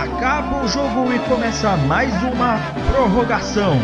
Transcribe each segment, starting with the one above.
Acaba o jogo e começa mais uma prorrogação.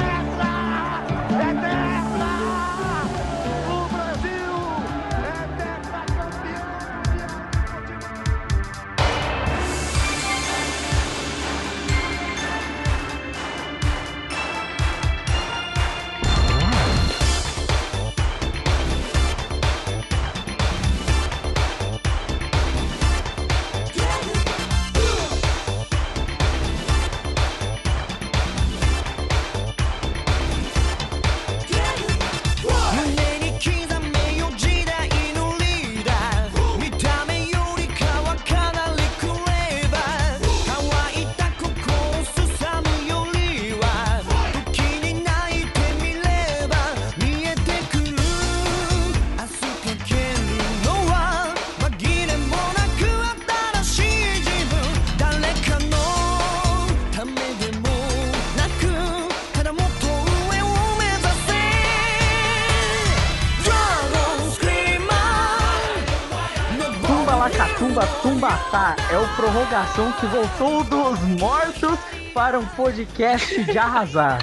Tumbatá é o prorrogação que voltou dos mortos para um podcast de arrasar.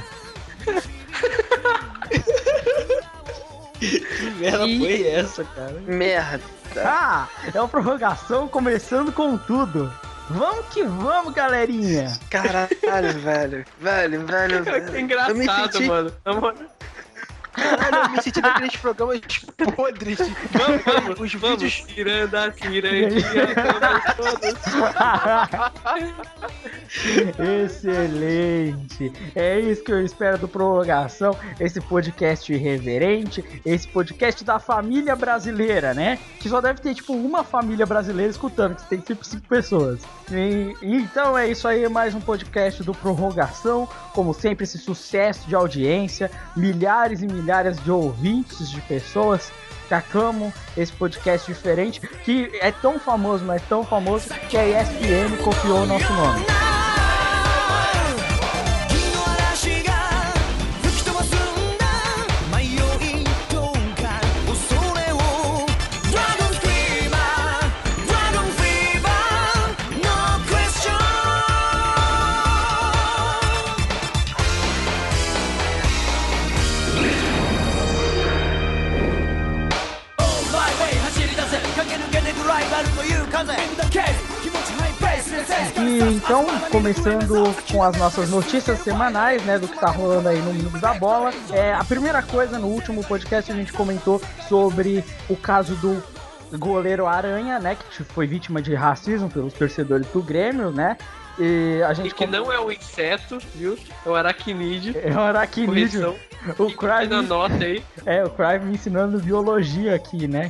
Que merda foi essa, cara? Merda. É o prorrogação começando com tudo. Vamos que vamos, galerinha. Caralho, velho. Cara, que engraçado, mano. Caralho, eu me senti naqueles programas podres. Vamos, os vídeos tirando a cirandinha, todos. Excelente. É isso que eu espero do Prorrogação. Esse podcast irreverente, esse podcast da família brasileira, né? Que só deve ter, tipo, uma família brasileira escutando, que tem tipo 5 pessoas. Então é isso aí, mais um podcast do Prorrogação. Como sempre, esse sucesso de audiência, milhares e milhares de ouvintes, de pessoas que aclamam esse podcast diferente, que é tão famoso, mas tão famoso, que a ESPN copiou o nosso nome. E então, começando com as nossas notícias semanais, né, do que tá rolando aí no mundo da bola. A primeira coisa, no último podcast a gente comentou sobre o caso do goleiro Aranha, né, que foi vítima de racismo pelos torcedores do Grêmio, né. E a gente não é um inseto, viu? É um aracnídeo. É um aracnídeo. O Crave nota aí. O Crave me ensinando biologia aqui, né?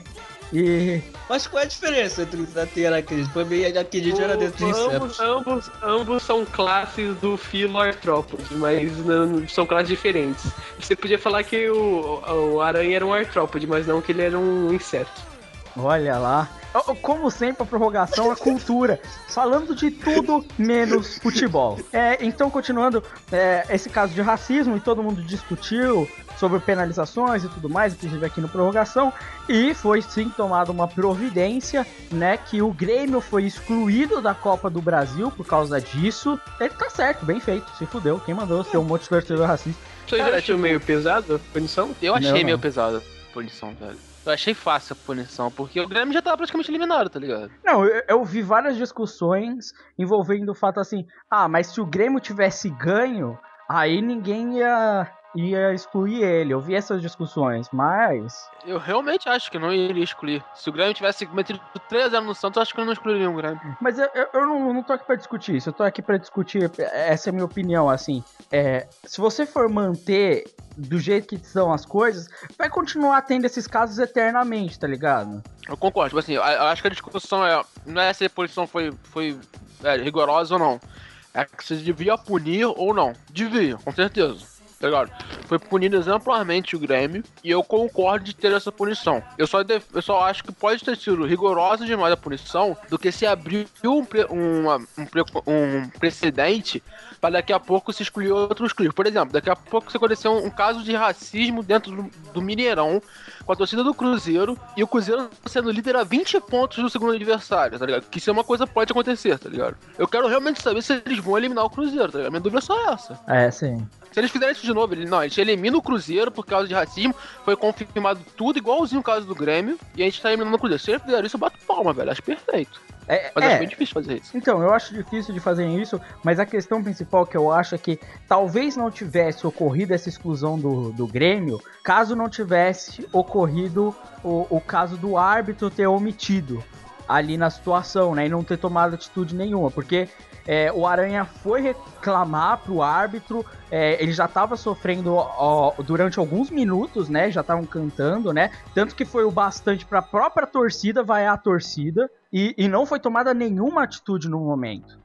Mas qual é a diferença entre inseto e aracnídeo? Pra mim, aracnídeo era dentro de insetos. Ambos são classes do filo artrópode, mas não, são classes diferentes. Você podia falar que o aranha era um artrópode, mas não que ele era um inseto. Olha lá. Como sempre, a prorrogação é cultura. Falando de tudo menos futebol. Então, continuando, esse caso de racismo, e todo mundo discutiu sobre penalizações e tudo mais, inclusive aqui no prorrogação, e foi sim tomada uma providência, né, que o Grêmio foi excluído da Copa do Brasil por causa disso. Ele tá certo, bem feito, se fudeu. Quem mandou ser um monte de torcedor racista? Você já achou meio pesado a punição? Eu achei meio pesado a punição, velho. Eu achei fácil a punição, porque o Grêmio já tava praticamente eliminado, tá ligado? Não, eu vi várias discussões envolvendo o fato assim, mas se o Grêmio tivesse ganho, aí ninguém ia excluir ele. Eu vi essas discussões, mas... Eu realmente acho que não iria excluir. Se o Grêmio tivesse metido 3-0 no Santos, eu acho que eu não excluiria o Grêmio. Mas eu não tô aqui pra discutir isso. Eu tô aqui pra discutir, essa é a minha opinião, assim. Se você for manter do jeito que são as coisas, vai continuar tendo esses casos eternamente, tá ligado? Eu concordo. Tipo assim, eu acho que a discussão não é se a punição foi rigorosa ou não. É que você devia punir ou não. Devia, com certeza. Tá ligado? foi punido exemplarmente o Grêmio, e eu concordo de ter essa punição. Eu só acho que pode ter sido rigorosa demais a punição, do que se abriu um precedente para daqui a pouco se excluir outros clubes. Por exemplo, daqui a pouco se acontecer um caso de racismo dentro do Mineirão, com a torcida do Cruzeiro, e o Cruzeiro sendo líder a 20 pontos do segundo adversário, tá ligado? Que isso é uma coisa que pode acontecer, tá ligado? Eu quero realmente saber se eles vão eliminar o Cruzeiro, tá ligado? Minha dúvida é só essa. Sim. Se eles fizerem isso de novo, a gente elimina o Cruzeiro por causa de racismo, foi confirmado tudo, igualzinho o caso do Grêmio, e a gente tá eliminando o Cruzeiro. Se eles fizerem isso, eu bato palma, velho, acho perfeito. Mas acho bem difícil fazer isso. Então, eu acho difícil de fazer isso, mas a questão principal que eu acho é que talvez não tivesse ocorrido essa exclusão do Grêmio, caso não tivesse ocorrido o caso do árbitro ter omitido ali na situação, né, e não ter tomado atitude nenhuma, porque o Aranha foi reclamar pro árbitro, ele já estava sofrendo durante alguns minutos, né, já estavam cantando, né, tanto que foi o bastante para a própria torcida vaiar a torcida, e não foi tomada nenhuma atitude no momento.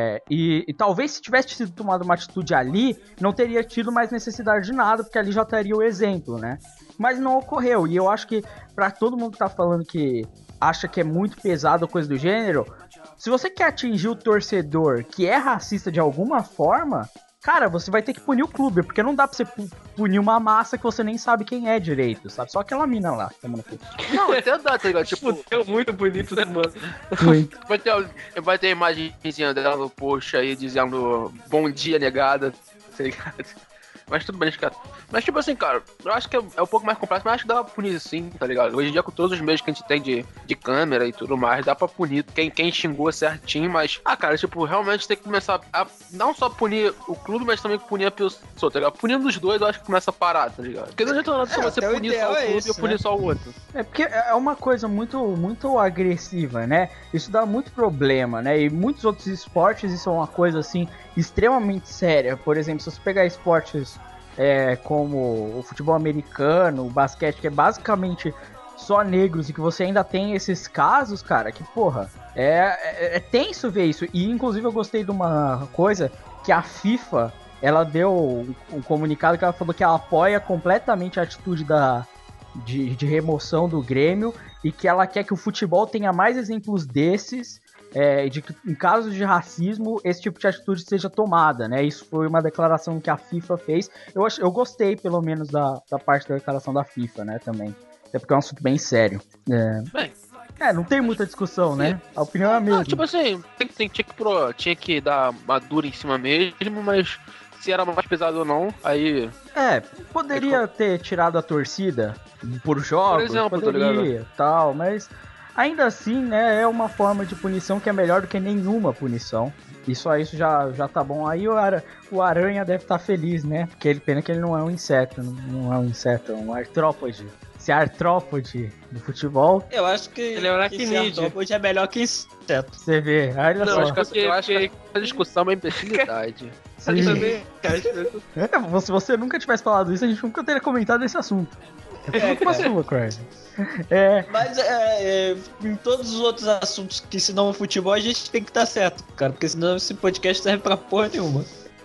E talvez se tivesse sido tomada uma atitude ali, não teria tido mais necessidade de nada, porque ali já teria o exemplo, né, mas não ocorreu, e eu acho que para todo mundo que tá falando que acha que é muito pesado ou coisa do gênero, se você quer atingir o torcedor que é racista de alguma forma, cara, você vai ter que punir o clube, porque não dá pra você punir uma massa que você nem sabe quem é direito, sabe? Só aquela mina lá. Não, até dá, tá ligado? Tipo, é muito bonito, né, mano? Muito. Vai ter a imagenzinha dela no post aí dizendo bom dia, negada, tá ligado? Mas tudo bem, cara. Mas tipo assim, cara, eu acho que é um pouco mais complexo, mas acho que dá pra punir sim, tá ligado? Hoje em dia, com todos os meios que a gente tem de câmera e tudo mais, dá pra punir quem xingou certinho, mas... cara, tipo, realmente tem que começar a não só punir o clube, mas também punir a pessoa, tá ligado? Punindo os dois, eu acho que começa a parar, tá ligado? Porque não adianta nada só você punir só o clube e punir só o outro. Porque é uma coisa muito, muito agressiva, né? Isso dá muito problema, né? E muitos outros esportes, isso é uma coisa, assim, extremamente séria. Por exemplo, se você pegar esportes como o futebol americano, o basquete, que é basicamente só negros, e que você ainda tem esses casos, cara, que, porra, é tenso ver isso. E, inclusive, eu gostei de uma coisa que a FIFA, ela deu um comunicado que ela falou que ela apoia completamente a atitude de remoção do Grêmio, e que ela quer que o futebol tenha mais exemplos desses, de que em casos de racismo esse tipo de atitude seja tomada, né? Isso foi uma declaração que a FIFA fez. Eu gostei, pelo menos, da parte da declaração da FIFA, né, também. Até porque é um assunto bem sério. Bem, não tem muita discussão, né? A opinião é a mesma. Tipo assim, tinha que dar uma dura em cima mesmo, mas se era mais pesado ou não, aí... poderia ter tirado a torcida por jogos, por exemplo, poderia, tal, mas... Ainda assim, né, é uma forma de punição que é melhor do que nenhuma punição. E só isso já tá bom. Aí o Aranha deve estar feliz, né? Porque pena que ele não é um inseto, não é um inseto, é um artrópode. Esse artrópode do futebol... Eu acho que ele é um aracnídeo. Esse artrópode é melhor que inseto. Você vê, olha só. Eu acho que a discussão é uma imbecilidade. Se você nunca tivesse falado isso, a gente nunca teria comentado esse assunto. É culpa sua, Craig. Mas em todos os outros assuntos que se não futebol, a gente tem que estar certo, cara, porque senão esse podcast serve pra porra nenhuma.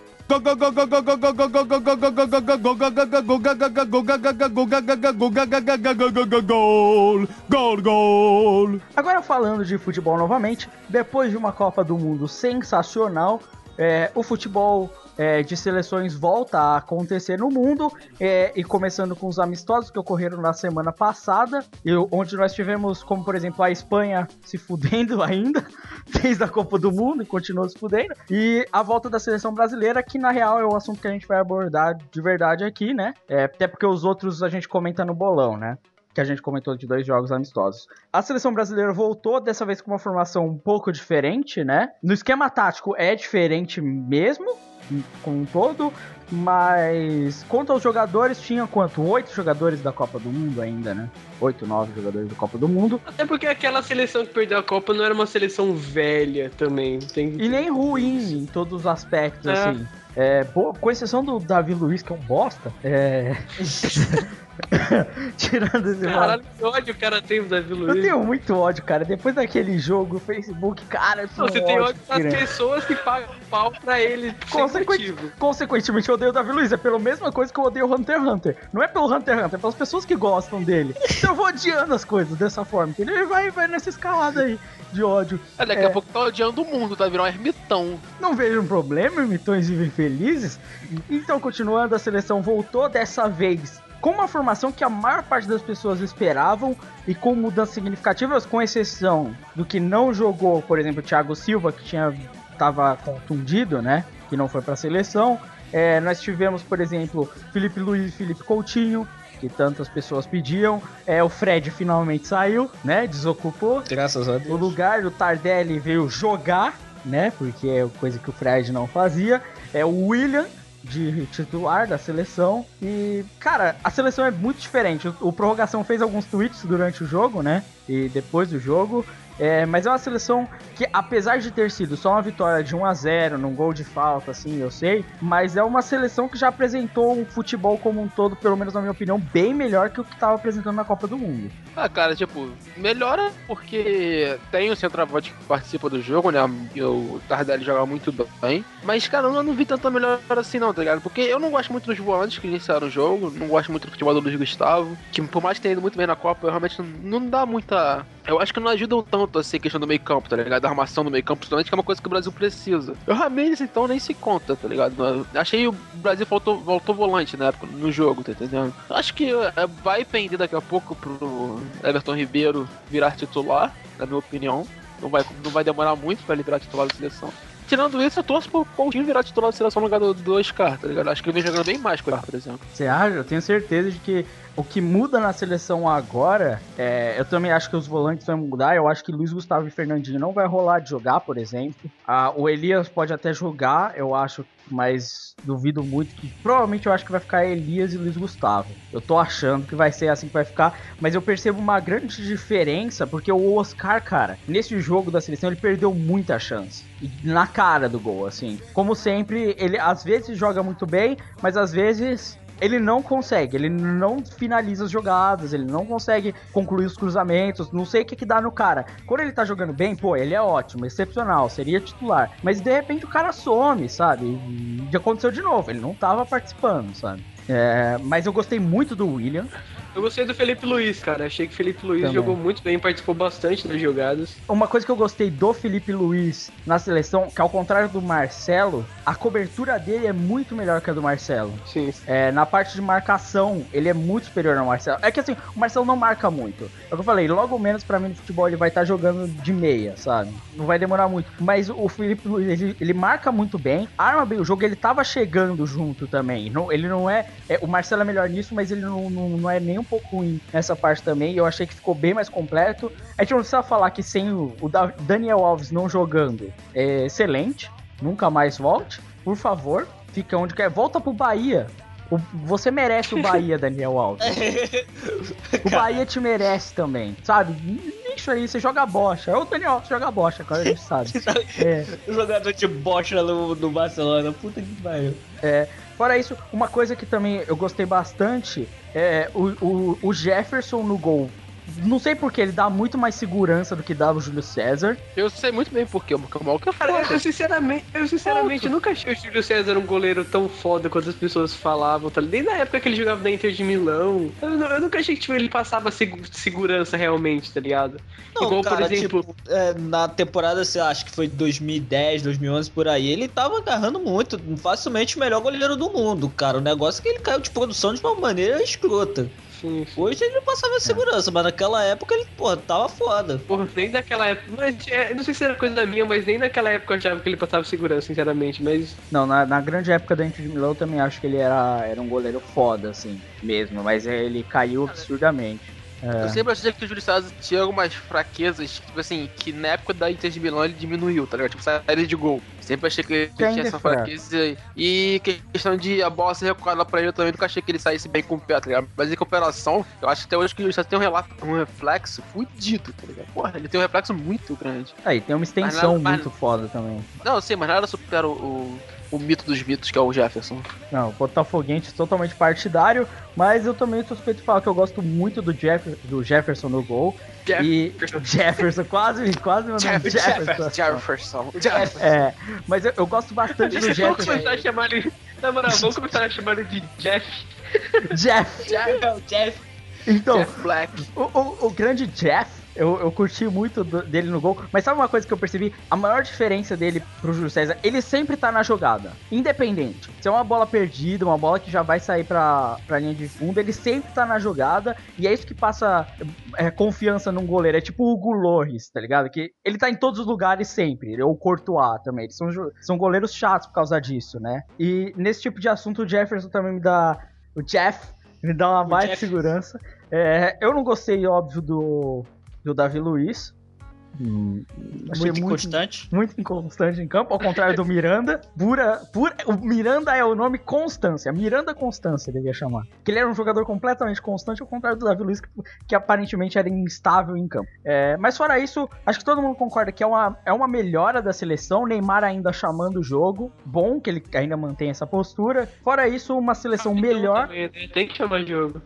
Gol! Agora falando de futebol novamente, depois de uma Copa do Mundo sensacional, o futebol de seleções volta a acontecer no mundo, e começando com os amistosos que ocorreram na semana passada, onde nós tivemos, como por exemplo, a Espanha se fudendo ainda, desde a Copa do Mundo, e continuou se fudendo, e a volta da seleção brasileira, que na real é o assunto que a gente vai abordar de verdade aqui, né? Até porque os outros a gente comenta no bolão, né? Que a gente comentou de 2 jogos amistosos. A seleção brasileira voltou, dessa vez com uma formação um pouco diferente, né? No esquema tático é diferente mesmo, como um todo, mas quanto aos jogadores, tinha quanto? 8 jogadores da Copa do Mundo ainda, né? 8, 9 jogadores da Copa do Mundo. Até porque aquela seleção que perdeu a Copa não era uma seleção velha também. E nem ruim em todos os aspectos, assim. Com exceção do Davi Luiz, que é um bosta. Tirando esse Caralho, que ódio o cara tem do Davi Luiz. Eu tenho muito ódio, cara. Depois daquele jogo, o Facebook, cara, eu tenho Você tem ódio das grande. pessoas que pagam pau pra ele sem motivo. Consequentemente, eu odeio o Davi Luiz. É pela mesma coisa que eu odeio o Hunter x Hunter. Não é pelo Hunter x Hunter, é pelas pessoas que gostam dele. Então eu vou odiando as coisas dessa forma. Entendeu? Ele vai nessa escalada aí de ódio. Daqui a pouco tá odiando o mundo, tá virando um ermitão. Não vejo um problema, ermitões vivem felizes. Então, continuando, a seleção voltou dessa vez com uma formação que a maior parte das pessoas esperavam e com mudanças significativas, com exceção do que não jogou, por exemplo, o Thiago Silva, que tava contundido, né? Que não foi pra seleção. Nós tivemos, por exemplo, Felipe Luiz e Felipe Coutinho, que tantas pessoas pediam. O Fred finalmente saiu, né? Desocupou. Graças a Deus. O lugar do Tardelli veio jogar, né? Porque é coisa que o Fred não fazia. O William, de titular da seleção. E, cara, a seleção é muito diferente. O Prorrogação fez alguns tweets durante o jogo, né? E depois do jogo. Mas é uma seleção que, apesar de ter sido só uma vitória de 1-0 num gol de falta, assim, eu sei, mas é uma seleção que já apresentou um futebol como um todo, pelo menos na minha opinião, bem melhor que o que estava apresentando na Copa do Mundo. Cara, tipo, melhora porque tem o centroavante que participa do jogo, né? O Tardelli joga muito bem. Mas, cara, eu não vi tanta melhora assim não, tá ligado? Porque eu não gosto muito dos volantes que iniciaram o jogo, não gosto muito do futebol do Luiz Gustavo, que por mais que tenha ido muito bem na Copa, realmente não dá muita... Eu acho que não ajudam tanto assim a questão do meio campo, tá ligado? Da armação do meio campo, principalmente, que é uma coisa que o Brasil precisa. O Ramires, então, nem se conta, tá ligado? Achei o Brasil voltou volante na época, no jogo, tá entendendo? Acho que vai pender daqui a pouco pro Everton Ribeiro virar titular, na minha opinião. Não vai demorar muito pra ele virar titular da seleção. Tirando isso, eu torço pro Coutinho virar titular da seleção no lugar do Oscar, tá ligado? Acho que ele vem jogando bem mais com o Oscar, por exemplo. Você acha? Eu tenho certeza de que o que muda na seleção agora, eu também acho que os volantes vão mudar. Eu acho que Luiz Gustavo e Fernandinho não vai rolar de jogar, por exemplo. O Elias pode até jogar, eu acho, mas duvido muito que... Provavelmente eu acho que vai ficar Elias e Luiz Gustavo. Eu tô achando que vai ser assim que vai ficar, mas eu percebo uma grande diferença, porque o Oscar, cara, nesse jogo da seleção, ele perdeu muita chance. E na cara do gol, assim. Como sempre, ele às vezes joga muito bem, mas às vezes... ele não consegue, ele não finaliza as jogadas, ele não consegue concluir os cruzamentos, não sei o que dá no cara. Quando ele tá jogando bem, pô, ele é ótimo, excepcional, seria titular. Mas de repente o cara some, sabe? E aconteceu de novo, ele não tava participando, sabe? Mas eu gostei muito do William. Eu gostei do Felipe Luiz, cara. Achei que o Felipe Luiz Também jogou muito bem, participou bastante das jogadas. Uma coisa que eu gostei do Felipe Luiz na seleção, que ao contrário do Marcelo, a cobertura dele é muito melhor que a do Marcelo. Sim. Na parte de marcação, ele é muito superior ao Marcelo. É que assim, o Marcelo não marca muito. É o que eu falei, logo menos pra mim no futebol ele vai estar jogando de meia, sabe? Não vai demorar muito. Mas o Felipe Luiz, ele marca muito bem, arma bem o jogo, ele tava chegando junto também. Ele não é... o Marcelo é melhor nisso, mas ele não é nem um pouco ruim nessa parte também. E eu achei que ficou bem mais completo. A gente não precisa falar que sem o Daniel Alves não jogando é excelente. Nunca mais volte. Por favor, fica onde quer. Volta pro Bahia. Você merece o Bahia, Daniel Alves. O Bahia te merece também, sabe? Isso aí, você joga bocha. É o Daniel Alves joga bocha, agora a gente sabe. O jogador de bocha no Barcelona, puta que pariu. Fora isso, uma coisa que também eu gostei bastante é o Jefferson no gol. Não sei porque ele dá muito mais segurança do que dava o Júlio César. Eu sei muito bem porque o Malca é Cara, foda. eu sinceramente nunca achei o Júlio César um goleiro tão foda quanto as pessoas falavam, tá? Desde a época que ele jogava na Inter de Milão, eu nunca achei que tipo, ele passava segurança realmente, tá ligado? Não, igual, cara, por exemplo... tipo, na temporada, sei lá, acho que foi 2010, 2011, por aí, ele tava agarrando muito, facilmente o melhor goleiro do mundo, cara. O negócio é que ele caiu de produção de uma maneira escrota. Sim. Hoje ele não passava segurança, mas naquela época ele, porra, tava foda. Porra, nem naquela época. Mas, não sei se era coisa minha, mas nem naquela época eu achava que ele passava segurança, sinceramente. Mas. Não, na grande época da Inter de Milão eu também acho que ele era um goleiro foda, assim, mesmo. Mas ele caiu absurdamente. Eu sempre achei que o Júlio César tinha algumas fraquezas, tipo assim, que na época da Inter de Milão ele diminuiu, tá ligado? Tipo, saída de gol. Sempre achei que ele tinha essa fraqueza. E questão de a bola ser recuada pra ele, eu também nunca achei que ele saísse bem com o pé, tá ligado? Mas em cooperação, eu acho que até hoje que o Júlio César tem um reflexo fudido, tá ligado? Porra, ele tem um reflexo muito grande. Aí tem uma extensão muito foda também. Não, sim, mas nada supera o o mito dos mitos, que é o Jefferson. Não, o Botafoguense totalmente partidário, mas eu também suspeito de falar que eu gosto muito do Jefferson no gol. Jefferson, quase meu nome. Jefferson. É, mas eu gosto bastante do Jefferson. Vamos começar a chamar ele... Na moral, vamos começar a chamar ele de Jeff. Jeff. Então, Jeff Black. O grande Jeff, eu curti muito dele no gol, mas sabe uma coisa que eu percebi? A maior diferença dele pro Júlio César, ele sempre tá na jogada, independente. Se é uma bola perdida, uma bola que já vai sair pra linha de fundo, ele sempre tá na jogada, e é isso que passa confiança num goleiro. É tipo o Hugo Lloris, tá ligado? Que ele tá em todos os lugares sempre, ou o Courtois também, eles são goleiros chatos por causa disso, né? E nesse tipo de assunto o Jefferson também me dá... O Jeff me dá uma baita segurança. Eu não gostei, óbvio, do Davi Luiz. Muito inconstante. Muito inconstante em campo, ao contrário do Miranda. O Miranda é o nome Constância. Miranda Constância, devia chamar. Que ele era um jogador completamente constante, ao contrário do Davi Luiz, que aparentemente era instável em campo. Mas fora isso, acho que todo mundo concorda que é uma melhora da seleção. Neymar ainda chamando o jogo. Bom que ele ainda mantém essa postura. Fora isso, uma seleção melhor. Também, né? Tem que chamar jogo.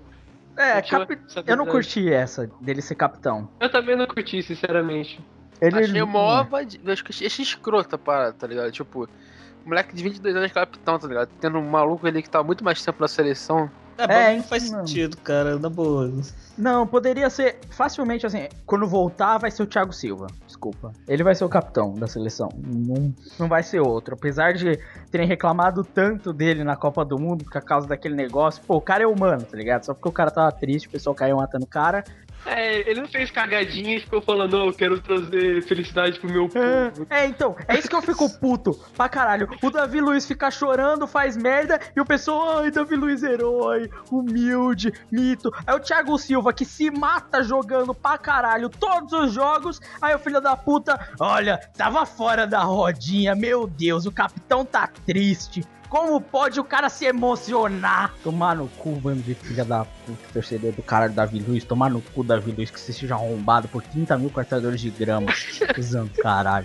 Eu não curti essa dele ser capitão. Eu também não curti, sinceramente. Achei uma acho que achei escrota para, tá ligado? Tipo, moleque de 22 anos capitão, tá ligado? Tendo um maluco ali que tá muito mais tempo na seleção. Não faz sentido, cara, na boa. Não, poderia ser facilmente assim, quando voltar vai ser o Thiago Silva, desculpa. Ele vai ser o capitão da seleção, não vai ser outro. Apesar de terem reclamado tanto dele na Copa do Mundo por causa daquele negócio, pô, o cara é humano, tá ligado? Só porque o cara tava triste, o pessoal caiu matando o cara. Ele não fez cagadinha e ficou falando, não, eu quero trazer felicidade pro meu povo. Então, é isso que eu fico puto pra caralho. O Davi Luiz fica chorando, faz merda, e o pessoal, ai, Davi Luiz herói, humilde, mito. Aí o Thiago Silva, que se mata jogando pra caralho todos os jogos, aí o filho da puta, olha, tava fora da rodinha, meu Deus, o capitão tá triste. Como pode o cara se emocionar? Tomar no cu, bando de filha da puta, torcedor do caralho Davi Luiz. Tomar no cu, Davi Luiz, que você seja arrombado por 30 mil cortadores de grama. Pisando caralho.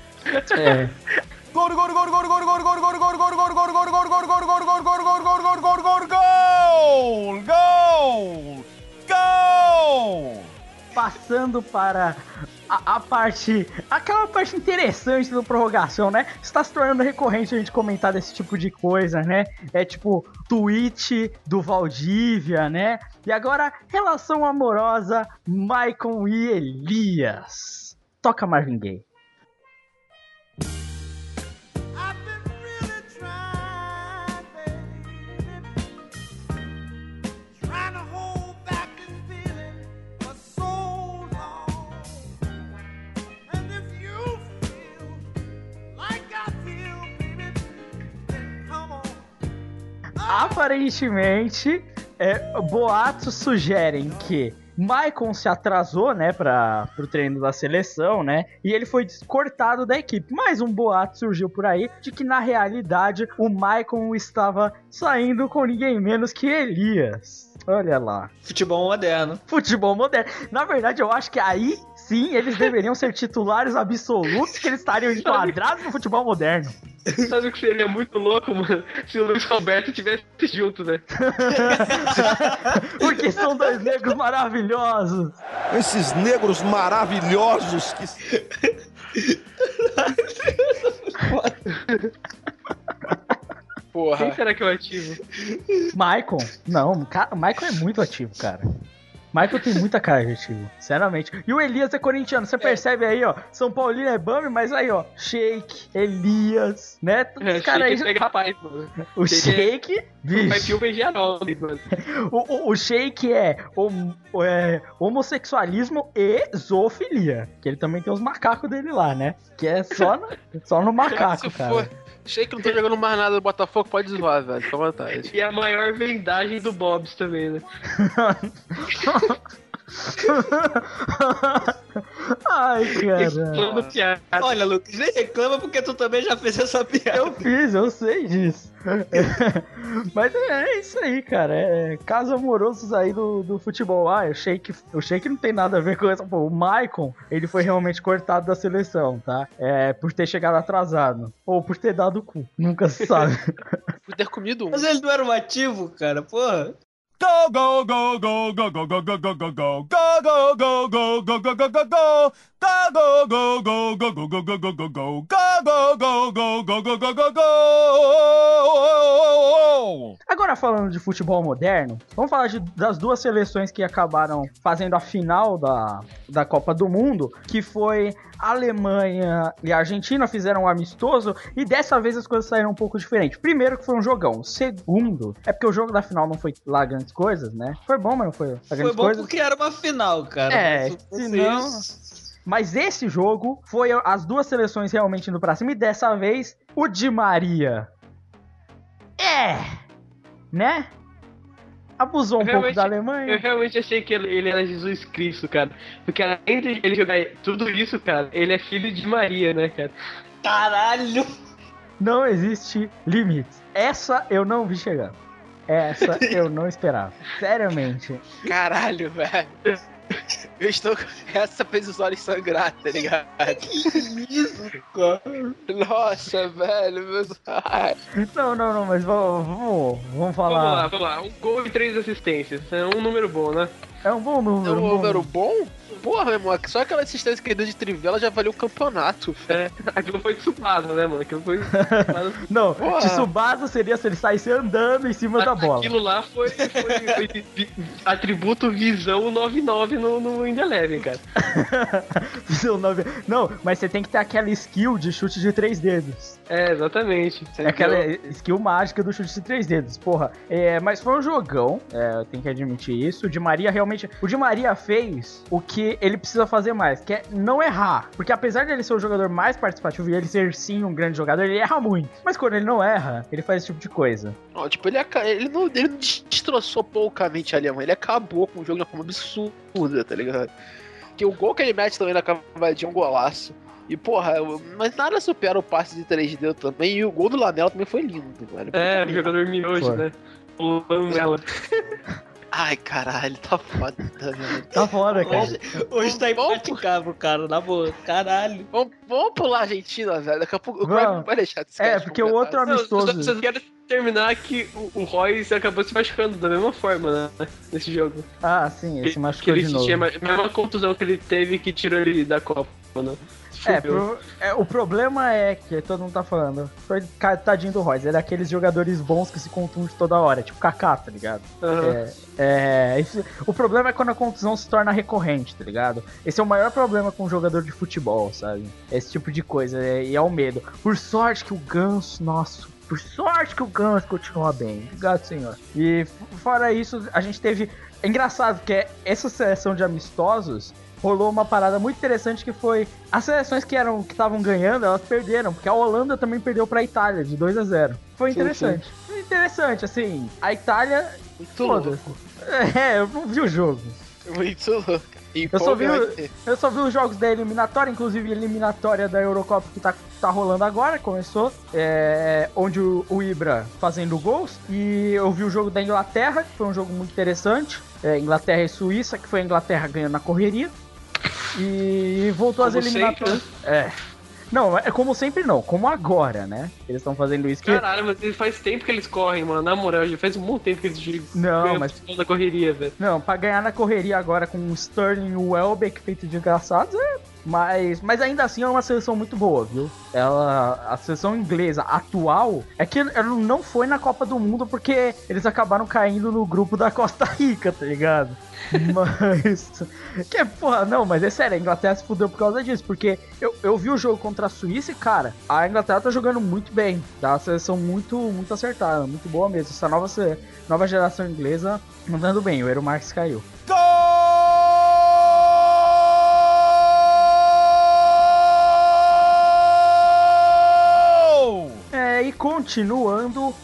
Gol! Passando para aquela parte interessante do prorrogação, né? Está se tornando recorrente a gente comentar desse tipo de coisa, né? É tipo tweet do Valdívia, né? E agora, relação amorosa Maicon e Elias. Toca Marvin Gaye. Aparentemente, boatos sugerem que Maicon se atrasou, né, pro treino da seleção, né, e ele foi cortado da equipe. Mais um boato surgiu por aí de que, na realidade, o Maicon estava saindo com ninguém menos que Elias. Olha lá. Futebol moderno. Na verdade, eu acho que aí, sim, eles deveriam ser titulares absolutos, que eles estariam enquadrados no futebol moderno. Sabe o que seria muito louco, mano? Se o Luiz Roberto tivesse junto, né? Porque são dois negros maravilhosos. Esses negros maravilhosos que... Porra. Quem será que é o ativo? Maicon? Não, Maicon é muito ativo, cara. Michael tem muita cara de ativo, sinceramente. E o Elias é corintiano, você percebe aí, ó. São Paulino é Bambi, mas aí, ó. Sheik, Elias, né? Todos os caras aí. Sheik rapaz, mano. O Sheik, bicho. Vai que o Beijinaroli, mano. O Sheik é homossexualismo e zoofilia. Que ele também tem os macacos dele lá, né? Que é só no macaco, cara. Achei que não tá jogando mais nada do Botafogo, pode zoar, velho. Fica à vontade. E a maior vendagem do Bob's também, né? Ai, cara. Olha, Lucas, nem reclama porque tu também já fez essa piada. Eu sei disso. Mas é isso aí, cara. É casos amorosos aí do futebol. Eu sei que não tem nada a ver com isso. Pô, o Maicon, ele foi realmente cortado da seleção, tá? Por ter chegado atrasado. Ou por ter dado o cu. Nunca se sabe. Por ter comido um. Mas ele não era um ativo, cara, porra. Go, go, go, go, go, go, go, go, go, go, go, go, go, go, go, go, go, go, go, go. Go, go, go, go, go, go, go, go, go, go. Go, go, go, go, go, go, go, go. Agora falando de futebol moderno, vamos falar das duas seleções que acabaram fazendo a final da Copa do Mundo, que foi a Alemanha e a Argentina fizeram um amistoso, e dessa vez as coisas saíram um pouco diferentes. Primeiro que foi um jogão. Segundo, é porque o jogo da final não foi lá grandes coisas, né? Foi bom, mas não foi lá grandes coisas. Foi bom porque era uma final, cara. Senão... Mas esse jogo foi as duas seleções realmente indo pra cima, e dessa vez o Di Maria né? Abusou um pouco da Alemanha. Eu realmente achei que ele era Jesus Cristo, cara. Porque além de ele jogar tudo isso, cara, ele é filho de Maria, né, cara? Caralho! Não existe limites. Essa eu não vi chegando. Essa eu não esperava. Seriamente. Caralho, velho. Eu estou com essa, fez os olhos sangrar, tá ligado? Que isso, cara? Nossa, velho, meus... Não, mas vamos falar. Vamos lá. 1 gol e 3 assistências. É um número bom, né? É um bom número. É um número bom? Porra, meu irmão, só aquela assistência que ele deu de trivela já valeu o campeonato. Aquilo foi Tsubasa, né, mano? Aquilo foi Não, Tsubasa seria se ele saísse andando em cima da bola. Aquilo lá foi atributo visão 99 no India Eleven, cara. Visão 9. Não, mas você tem que ter aquela skill de chute de 3 dedos. Exatamente. É aquela skill mágica do chute de 3 dedos, porra. Mas foi um jogão, eu tenho que admitir isso. O Di Maria realmente... O Di Maria fez o que ele precisa fazer mais, que é não errar. Porque apesar de ele ser o jogador mais participativo e ele ser sim um grande jogador, ele erra muito. Mas quando ele não erra, ele faz esse tipo de coisa. Não, tipo, ele não destroçou poucamente a Alemanha, ele acabou com o jogo de uma forma absurda, tá ligado? Que o gol que ele mete também na cavadinha é um golaço. E porra, mas nada supera o passe de 3D também, e o gol do Lamela também foi lindo, velho. O jogador miojo, né? O Lamela. Ai, caralho, tá foda, velho. Tá foda, cara. Hoje tá impraticável, cara, na boa. Caralho. Vamos pular a Argentina, velho. Daqui a pouco o Craig não vai deixar de porque o outro amistoso... Vocês querem terminar que o Royce acabou se machucando da mesma forma, né? Nesse jogo. Ah, sim, ele se machucou de novo. A mesma contusão que ele teve que tirou ele da Copa, né? O problema é que todo mundo tá falando, tadinho do Royce, ele é daqueles jogadores bons que se contundem toda hora, tipo Kaká, tá ligado? O problema é quando a contusão se torna recorrente, tá ligado? Esse é o maior problema com um jogador de futebol, sabe? Esse tipo de coisa, e é o medo. Por sorte que o Ganso, por sorte que o Ganso continua bem, obrigado, senhor. E fora isso, a gente teve... É engraçado que essa seleção de amistosos rolou uma parada muito interessante, que foi as seleções que estavam ganhando, elas perderam, porque a Holanda também perdeu pra Itália de 2-0. Foi interessante. Foi interessante, assim, a Itália... Muito louco. Eu não vi o jogo. Muito louco. Eu só vi os jogos da eliminatória, inclusive a eliminatória da Eurocopa que tá rolando agora, começou, onde o Ibra fazendo gols, e eu vi o jogo da Inglaterra, que foi um jogo muito interessante, Inglaterra e Suíça, que foi a Inglaterra ganhando na correria, e voltou às eliminatórias. Não, é como sempre não, como agora, né? Eles estão fazendo isso. Caralho, mas faz tempo que eles correm, mano. Na moral, já faz um monte de tempo que eles ganham da correria, velho. Não, pra ganhar na correria agora com o Sterling e o Welbeck feito de engraçados, mas ainda assim é uma seleção muito boa, viu? A seleção inglesa atual é que ela não foi na Copa do Mundo porque eles acabaram caindo no grupo da Costa Rica, tá ligado? Mas... mas é sério, a Inglaterra se fudeu por causa disso, porque eu vi o jogo contra a Suíça e, cara, a Inglaterra tá jogando muito bem, tá? Uma seleção muito, muito acertada, muito boa mesmo. Essa nova geração inglesa mandando bem, o Eero Marques caiu. E continuando,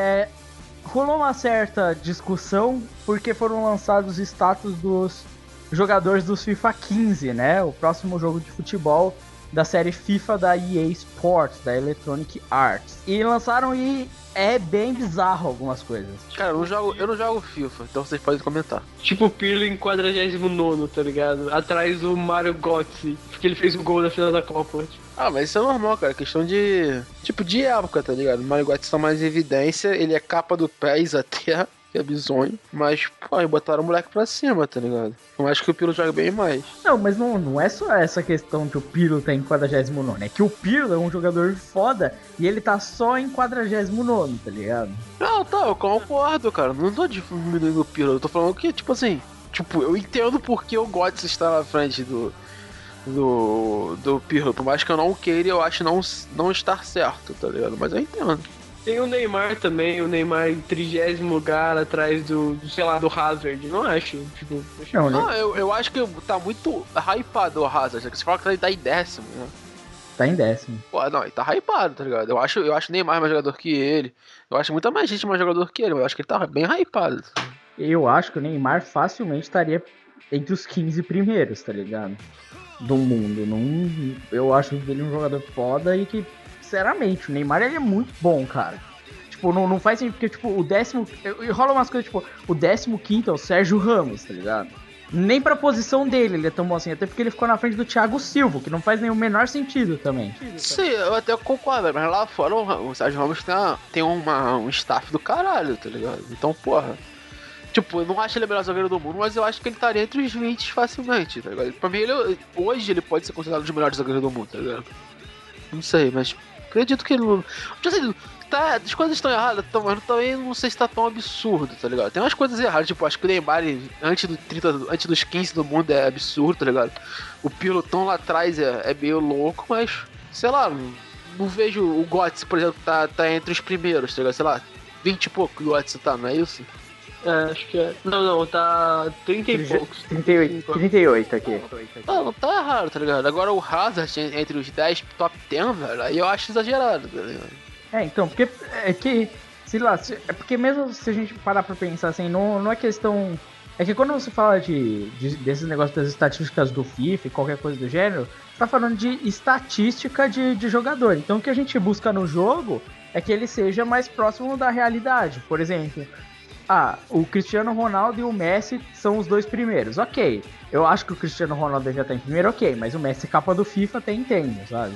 rolou uma certa discussão porque foram lançados os status dos jogadores dos FIFA 15, né? O próximo jogo de futebol da série FIFA da EA Sports, da Electronic Arts. E lançaram e é bem bizarro algumas coisas. Cara, eu não jogo FIFA, então vocês podem comentar. Tipo o Pirlo em 49º, tá ligado? Atrás do Mario Götze, porque ele fez o gol na final da Copa. Ah, mas isso é normal, cara. Questão de... Tipo, de época, tá ligado? O Mario Götze tá mais em evidência, ele é capa do pés até... que é bizonho, mas, pô, botaram o moleque pra cima, tá ligado? Eu acho que o Pirlo joga bem mais. Não, mas não é só essa questão que o Pirlo tá em 49º, é que o Pirlo é um jogador foda e ele tá só em 49º, tá ligado? Não, tá, eu concordo, cara. Não tô diminuindo o Pirlo, eu tô falando que, tipo assim, eu entendo porque o Götze está na frente do Pirlo, por mais que eu não queira, eu acho não estar certo, tá ligado? Mas eu entendo. Tem o Neymar também, o Neymar em 30º lugar atrás do, sei lá, do Hazard, não acho? Tipo, eu acho que tá muito hypado o Hazard, você fala que ele tá em 10º, né? Tá em 10º. Pô, não, ele tá hypado, tá ligado? Eu acho o Neymar mais jogador que ele, eu acho muita mais gente mais jogador que ele, mas eu acho que ele tá bem hypado. Eu acho que o Neymar facilmente estaria entre os 15 primeiros, tá ligado? Do mundo. Eu acho ele um jogador foda e que... Sinceramente, o Neymar ele é muito bom, cara. Tipo, não faz sentido, porque, tipo, o 10º... Rola umas coisas, tipo, o 15º é o Sérgio Ramos, tá ligado? Nem pra posição dele ele é tão bom assim, até porque ele ficou na frente do Thiago Silva, que não faz nenhum menor sentido também. Sim, eu até concordo, mas lá fora o Sérgio Ramos tem um staff do caralho, tá ligado? Então, porra... Tipo, eu não acho ele o melhor zagueiro do mundo, mas eu acho que ele estaria entre os 20 facilmente, tá ligado? Pra mim, hoje ele pode ser considerado um dos melhores zagueiros do mundo, tá ligado? Não sei, mas... Acredito que ele não... Assim, as coisas estão erradas, mas também não sei se tá tão absurdo, tá ligado? Tem umas coisas erradas, tipo, acho que o Neymar antes dos 15 do mundo é absurdo, tá ligado? O Pirlo tão lá atrás é meio louco, mas, sei lá, não vejo o Götze, por exemplo, tá entre os primeiros, tá ligado? Sei lá, 20 e pouco o Götze tá, não é isso? É, acho que é. Não, tá 30 e poucos. 38 aqui. Não tá errado, tá ligado? Agora o Hazard entre os 10 top 10, velho, aí eu acho exagerado, tá ligado? Então, porque é que, sei lá, é porque mesmo se a gente parar pra pensar assim, não é questão... É que quando você fala desses negócios das estatísticas do FIFA e qualquer coisa do gênero, você tá falando de estatística de jogador. Então o que a gente busca no jogo é que ele seja mais próximo da realidade. Por exemplo... o Cristiano Ronaldo e o Messi são os dois primeiros, ok. Eu acho que o Cristiano Ronaldo devia estar em primeiro, ok. Mas o Messi capa do FIFA até entendo, sabe?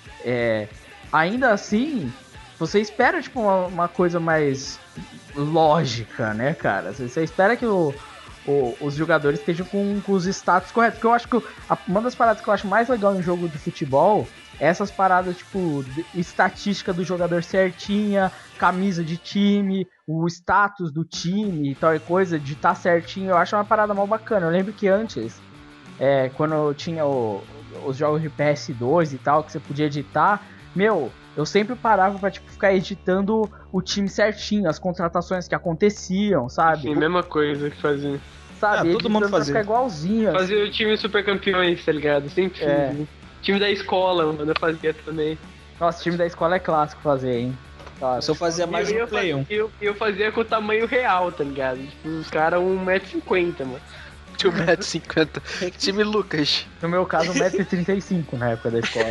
Ainda assim, você espera tipo uma coisa mais lógica, né, cara? Você espera que os jogadores estejam com os status corretos. Porque eu acho que uma das paradas que eu acho mais legal em jogo de futebol... Essas paradas, tipo, estatística do jogador certinha, camisa de time, o status do time e tal coisa, de estar certinho, eu acho uma parada mal bacana. Eu lembro que antes, quando eu tinha os jogos de PS2 e tal, que você podia editar, eu sempre parava pra, tipo, ficar editando o time certinho, as contratações que aconteciam, sabe? Sim, mesma coisa que fazia. Sabe, todo mundo fazia. Ficar igualzinho. Fazia o time super campeões, tá ligado? Sempre fiz. Time da escola, mano, eu fazia também. Nossa, time da escola é clássico fazer, hein? Eu só fazia mais um Play 1. Eu fazia com o tamanho real, tá ligado? Tipo, os caras 1,50 m, mano. Tinha 1,50 m. Time Lucas. No meu caso, 1,35 m na época da escola.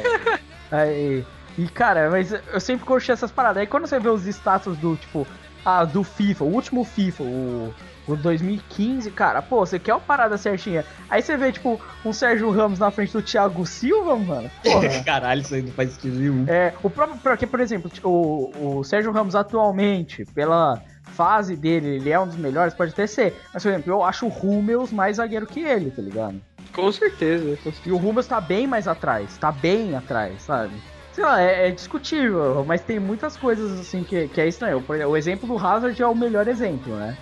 E, cara, mas eu sempre curti essas paradas. Aí quando você vê os status do, tipo, do FIFA, o último FIFA, o 2015, cara, pô, você quer uma parada certinha. Aí você vê, tipo, um Sérgio Ramos na frente do Thiago Silva, mano. Porra. Caralho, isso aí não faz sentido nenhum. O próprio, porque, por exemplo, o Sérgio Ramos atualmente, pela fase dele, ele é um dos melhores, pode até ser. Mas, por exemplo, eu acho o Hummels mais zagueiro que ele, tá ligado? Com certeza. E o Hummels tá bem mais atrás, sabe? Sei lá, é discutível, mas tem muitas coisas, assim, que é estranho. Por exemplo, o exemplo do Hazard é o melhor exemplo, né?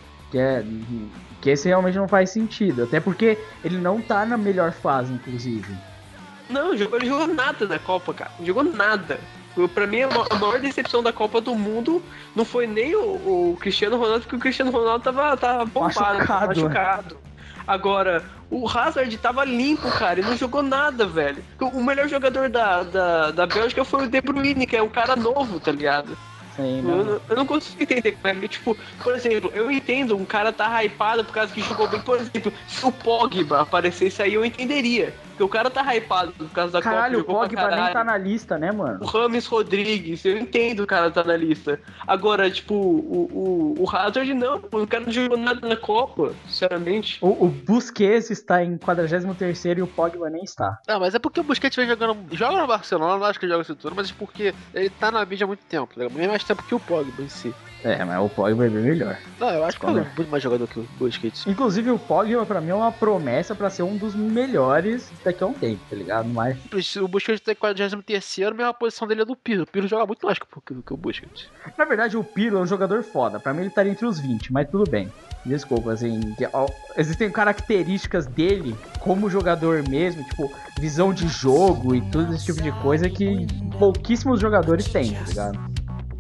Que esse realmente não faz sentido. Até porque ele não tá na melhor fase, inclusive. Não, ele jogou nada na Copa, cara. Não jogou nada. Pra mim, a maior decepção da Copa do Mundo não foi nem o Cristiano Ronaldo, porque o Cristiano Ronaldo tava bombado, machucado. Agora, o Hazard tava limpo, cara, e não jogou nada, velho. O melhor jogador da Bélgica foi o De Bruyne, que é um cara novo, tá ligado? Sim, eu não consigo entender como é que, tipo, por exemplo, eu entendo um cara tá hypado por causa que jogou bem, por exemplo, se o Pogba aparecesse aí, eu entenderia. Porque o cara tá hypado por causa da Caralho, Copa. o Pogba nem tá na lista, né, mano? O Rames Rodrigues, eu entendo o cara tá na lista. Agora, tipo, o Hazard não, o cara não jogou nada na Copa, sinceramente. O Busquets está em 43º e o Pogba nem está. Não, mas é porque o Busquets vem jogando. Joga no Barcelona, não acho que joga isso tudo, mas é porque ele tá na mídia há muito tempo, né? Bem mais tempo que o Pogba em si. Mas o Pogba é bem melhor. Não, eu acho que ele é muito mais jogador que o Busquets. Inclusive, o Pogba, pra mim, é uma promessa pra ser um dos melhores daqui a um tempo, tá ligado? Mas... O Busquets tá em 43º, a mesma posição dele é do Pirlo. O Pirlo joga muito mais que o Busquets. Na verdade, o Pirlo é um jogador foda. Pra mim, ele estaria entre os 20, mas tudo bem. Desculpa, assim... Existem características dele como jogador mesmo, tipo, visão de jogo e tudo esse tipo de coisa que pouquíssimos jogadores têm, tá ligado?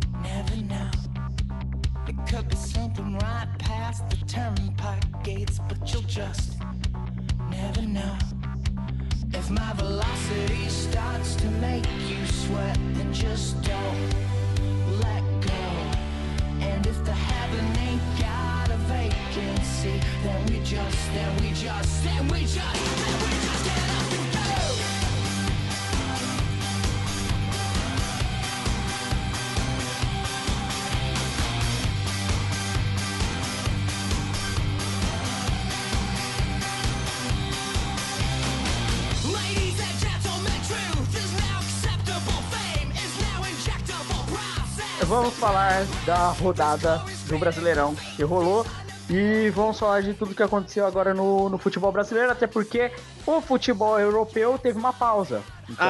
Could be something right past the turnpike gates, but you'll just never know. If my velocity starts to make you sweat, then just don't let go. And if the heaven ain't got a vacancy, then we just get up and go. Vamos falar da rodada do Brasileirão que rolou e vamos falar de tudo que aconteceu agora no futebol brasileiro, até porque o futebol europeu teve uma pausa. Então...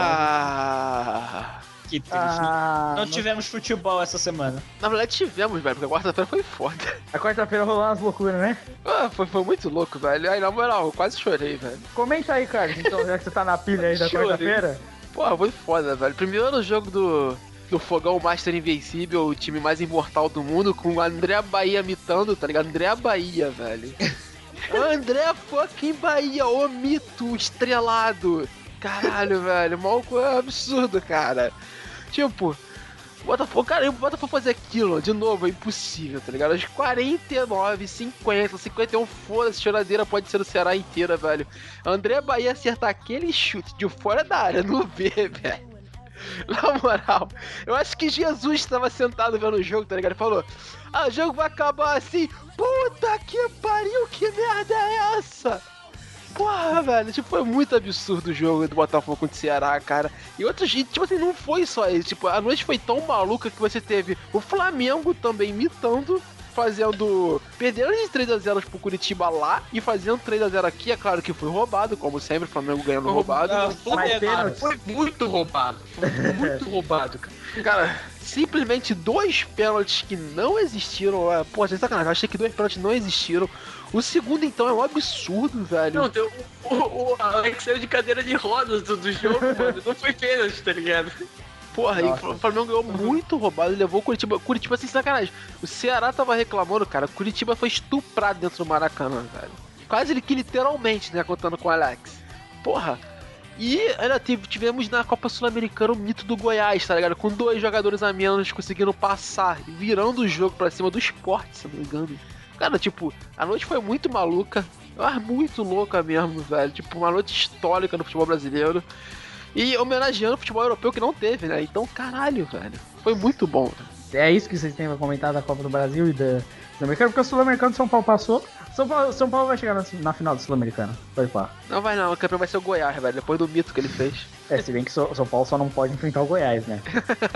Que triste. Não tivemos futebol essa semana. Na verdade tivemos, velho, porque a quarta-feira foi foda. A quarta-feira rolou umas loucuras, né? Foi muito louco, velho. Aí, na moral, eu quase chorei, velho. Comenta aí, Carlos, então, já que você tá na pilha aí da quarta-feira. Porra, foi foda, velho. Primeiro jogo do Fogão Master Invencível, o time mais imortal do mundo, com o André Bahia mitando, tá ligado? André Bahia, velho. André fucking Bahia, o mito estrelado. Caralho, velho. Malco é absurdo, cara. Tipo, o Botafogo fazer aquilo de novo é impossível, tá ligado? Aos 49, 50, 51, foda-se, choradeira pode ser o Ceará inteira, velho. André Bahia acertar aquele chute de fora da área no B, velho. Na moral, eu acho que Jesus estava sentado vendo o jogo, tá ligado? Ele falou: o jogo vai acabar assim. Puta que pariu, que merda é essa? Porra, velho, tipo, foi muito absurdo o jogo do Botafogo contra o Ceará, cara. E outros, tipo assim, não foi só isso. Tipo, a noite foi tão maluca que você teve o Flamengo também imitando, perdendo de 3-0 pro Curitiba lá e fazendo 3-0 aqui. É claro que foi roubado, como sempre, o Flamengo ganhando roubado. Foi muito roubado. Foi muito roubado, cara. Cara, simplesmente 2 pênaltis que não existiram. Pô, sem sacanagem, eu achei que 2 pênaltis não existiram. O segundo, então, é um absurdo, velho. Não, o Alex saiu de cadeira de rodas do jogo, mano. Não foi pênalti, tá ligado? Porra, e o Flamengo ganhou muito roubado, levou o Curitiba sem sacanagem. O Ceará tava reclamando, cara, o Curitiba foi estuprado dentro do Maracanã, velho. Quase que literalmente, né, contando com o Alex. Porra. E ainda tivemos na Copa Sul-Americana o mito do Goiás, tá ligado? Com 2 jogadores a menos conseguindo passar, virando o jogo pra cima do Sport, se não me engano. Cara, tipo, a noite foi muito maluca, mas muito louca mesmo, velho. Tipo, uma noite histórica no futebol brasileiro. E homenageando o futebol europeu que não teve, né? Então, caralho, velho. Foi muito bom. É isso que vocês têm pra comentar da Copa do Brasil e da Sul-Americana, porque o Sul-Americano São Paulo passou. São Paulo vai chegar na final do Sul-Americano. Pode falar. Não vai não, o campeão vai ser o Goiás, velho. Depois do mito que ele fez. Se bem que o São Paulo só não pode enfrentar o Goiás, né?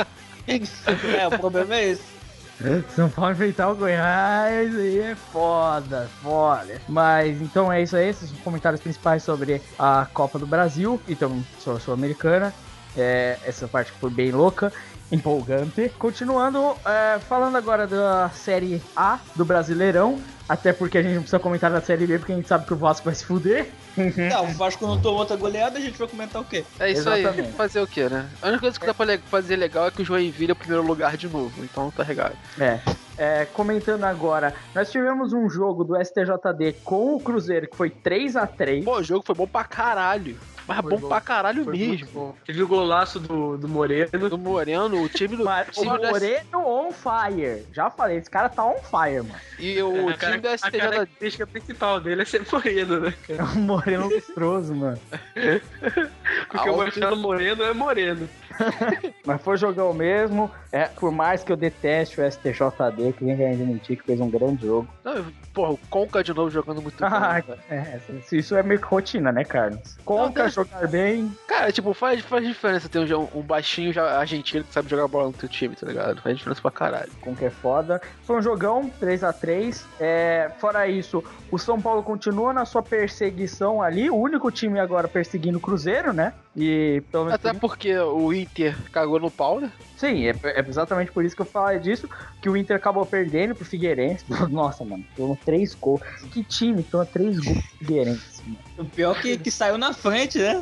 O problema é esse. São Paulo enfrentar o Goiás aí é foda. Mas então é isso aí, esses são os comentários principais sobre a Copa do Brasil, então sobre a Sul-Americana. Essa parte que foi bem louca, empolgante. Continuando, falando agora da Série A do Brasileirão, até porque a gente não precisa comentar da Série B, porque a gente sabe que o Vasco vai se fuder. Não, o Vasco não tomou outra goleada, a gente vai comentar o quê? É isso. Exatamente. Aí, fazer o quê, né? A única coisa que dá pra fazer legal é que o Joinville é o primeiro lugar de novo, então tá regado. Comentando agora, nós tivemos um jogo do STJD com o Cruzeiro que foi 3-3. Pô, o jogo foi bom pra caralho. Mas bom pra caralho mesmo. Teve o golaço do Moreno. Do Moreno, o time do... O Moreno on fire. Já falei, esse cara tá on fire, mano. E o time da A STJ... característica principal dele é ser moreno, né, É cara? um Moreno lustroso, mano. Porque o Marcelo Moreno é moreno. Mas foi jogão mesmo. Por mais que eu deteste o STJD, que ninguém admitir que fez um grande jogo. Não, porra, o Conca de novo jogando muito bem. Isso é meio que rotina, né, Carlos? Conca jogar bem. Cara, tipo, faz diferença ter um baixinho argentino que sabe jogar bola no teu time, tá ligado? Faz diferença pra caralho. Conca é foda. Foi um jogão, 3x3. Fora isso, o São Paulo continua na sua perseguição ali. O único time agora perseguindo o Cruzeiro, né? E pelo menos Até porque o Inter cagou no pau, né? Sim, é exatamente por isso que eu falei disso, que o Inter acabou perdendo pro Figueirense. Nossa, mano, tomou 3 gols. Que time toma 3 gols pro Figueirense, mano? O pior que saiu na frente, né?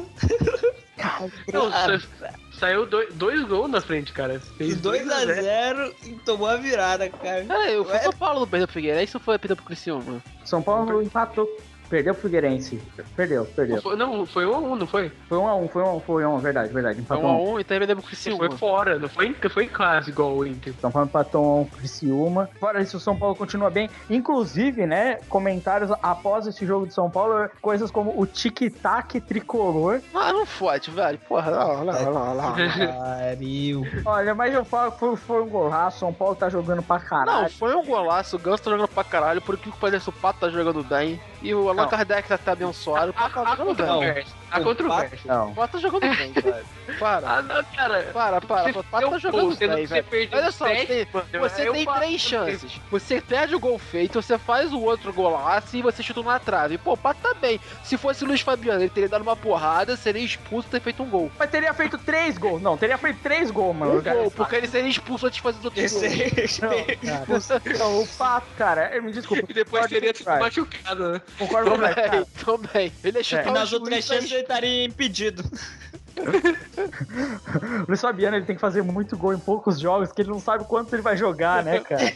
Não, saiu 2 gols na frente, cara. Fez 2x0 e tomou a virada, cara. Cara, o São Paulo não perdeu pro Figueirense ou foi perder pro Criciúma? São Paulo empatou. Perdeu pro Figueirense. Perdeu. Não, foi 1x1, não foi? Foi 1x1, verdade. Foi Empatou 1x1 e também perdeu pro Criciúma. Foi fora, não foi em casa igual o Inter. São Paulo empatou 1 pro Criciúma. Fora isso, o São Paulo continua bem. Inclusive, né, comentários após esse jogo de São Paulo, coisas como o tic-tac tricolor. Ah, não fode, velho. Porra, lá. Pariu. Olha, mas eu falo que foi um golaço. São Paulo tá jogando pra caralho. Não, foi um golaço. O Ganso tá jogando pra caralho. Por que parece o Pato tá jogando bem. E o Allan Kardec tá abençoado. O Pato tá jogando bem. A controvérsia. Não. O Pato tá jogando bem, velho. Para. Não, cara. Para. O Pato tá jogando bem, velho. Olha só, você tem 3 chances. Você perde o gol feito, você faz o outro golaço e você chuta na trave. Pô, o Pato tá bem. Se fosse o Luiz Fabiano, ele teria dado uma porrada, seria expulso e ter feito um gol. Mas teria feito 3 gols. Não, teria feito 3 gols, mano. Um gol, porque ele seria expulso antes de fazer os outros gols. Não, o Pato, cara, me desculpa. E depois teria sido machucado, né? Concordo com o cara. Também. Ele é chutar E o nas juiz, outras chances ele estaria impedido. O Luiz Fabiano, ele tem que fazer muito gol em poucos jogos, que ele não sabe quanto ele vai jogar, né, cara?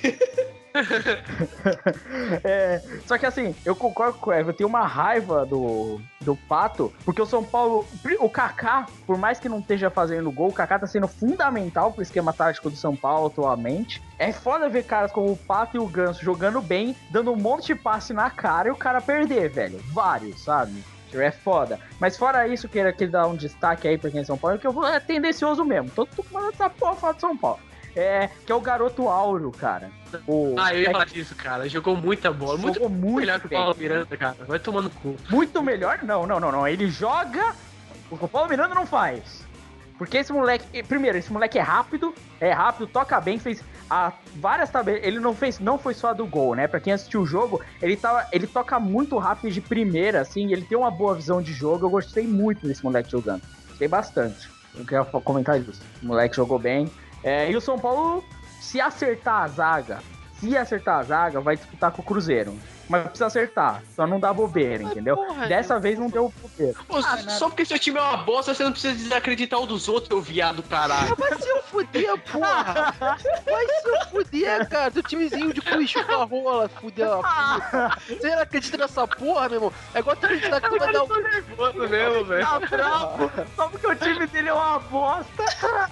Só que assim, eu concordo com o Evan, eu tenho uma raiva do Pato, porque o São Paulo, o Kaká, por mais que não esteja fazendo gol, o Kaká tá sendo fundamental pro esquema tático do São Paulo atualmente. É foda ver caras como o Pato e o Ganso jogando bem, dando um monte de passe na cara e o cara perder, velho. Vários, sabe? É foda. Mas fora isso, queira que ele dá um destaque aí pra quem é São Paulo, que eu vou tendencioso mesmo. Tô mandando essa porra falar de São Paulo. Que é o garoto Áureo, cara. Eu ia falar disso, cara. Jogou muita bola. Jogou muito melhor que o Paulo Miranda, cara. Vai tomando cu. Muito melhor? Não. Ele joga o que o Paulo Miranda não faz. Porque esse moleque... Primeiro, esse moleque é rápido, toca bem, fez várias tabelas. Ele não foi só do gol, né? Pra quem assistiu o jogo, ele toca muito rápido de primeira, assim, ele tem uma boa visão de jogo. Eu gostei muito desse moleque jogando. Gostei bastante. Eu queria comentar isso. O moleque jogou bem. E o São Paulo, se acertar a zaga, vai disputar com o Cruzeiro. Mas precisa acertar, só não dá bobeira, entendeu? Porra, dessa vez não deu bobeira. Pô, só porque seu time é uma bosta, você não precisa desacreditar o dos outros, seu viado, caralho. Vai se eu fuder, porra! Vai se eu fuder, cara! Teu timezinho de puxa com a rola, fuder a puta. Você não acredita nessa porra, meu irmão? É igual tu acreditar que tu vai dar um... mesmo, velho. Tá bravo, só porque o time dele é uma bosta.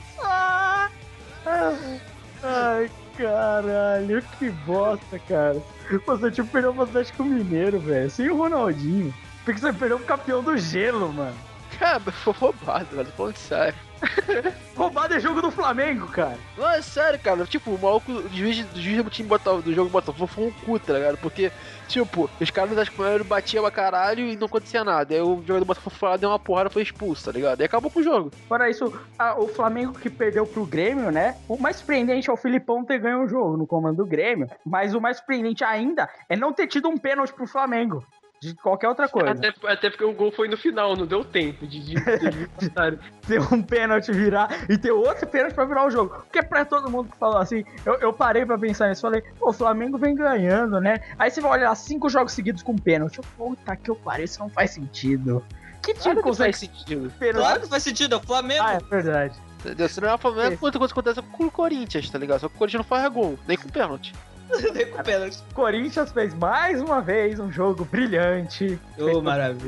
Ai, caralho, que bosta, cara. Você tipo perdeu o Atlético Mineiro, velho. Sem o Ronaldinho. Porque você perdeu o campeão do gelo, mano. Cara, foi roubado, velho. Tô falando sério. Roubado é jogo do Flamengo, cara. Não, é sério, cara. Tipo, o maluco, o juiz do time do jogo Botafogo foi um cu, tá ligado? Porque, tipo, os caras do Atlético Mineiro batiam pra caralho e não acontecia nada. Aí o jogador do Botafogo foi lá, deu uma porrada e foi expulso, tá ligado? E acabou com o jogo. Fora isso, o Flamengo que perdeu pro Grêmio, né? O mais surpreendente é o Filipão ter ganho o jogo no comando do Grêmio. Mas o mais surpreendente ainda é não ter tido um pênalti pro Flamengo. De qualquer outra coisa. Até porque o gol foi no final, não deu tempo de ter um pênalti virar e ter outro pênalti pra virar o jogo. Porque pra todo mundo que falou assim, eu parei pra pensar nisso, falei, pô, o Flamengo vem ganhando, né? Aí você vai olhar 5 jogos seguidos com pênalti. Puta que eu parei, isso não faz sentido. Que time consegue faz sentido? Pênalti? Claro que faz sentido, é o Flamengo. É verdade. Entendeu? Se não é o Flamengo, quanta coisa acontece com o Corinthians, tá ligado? Só que o Corinthians não faz gol, nem com pênalti. Nem com pênalti. Corinthians fez mais uma vez um jogo brilhante. Ô, maravilha.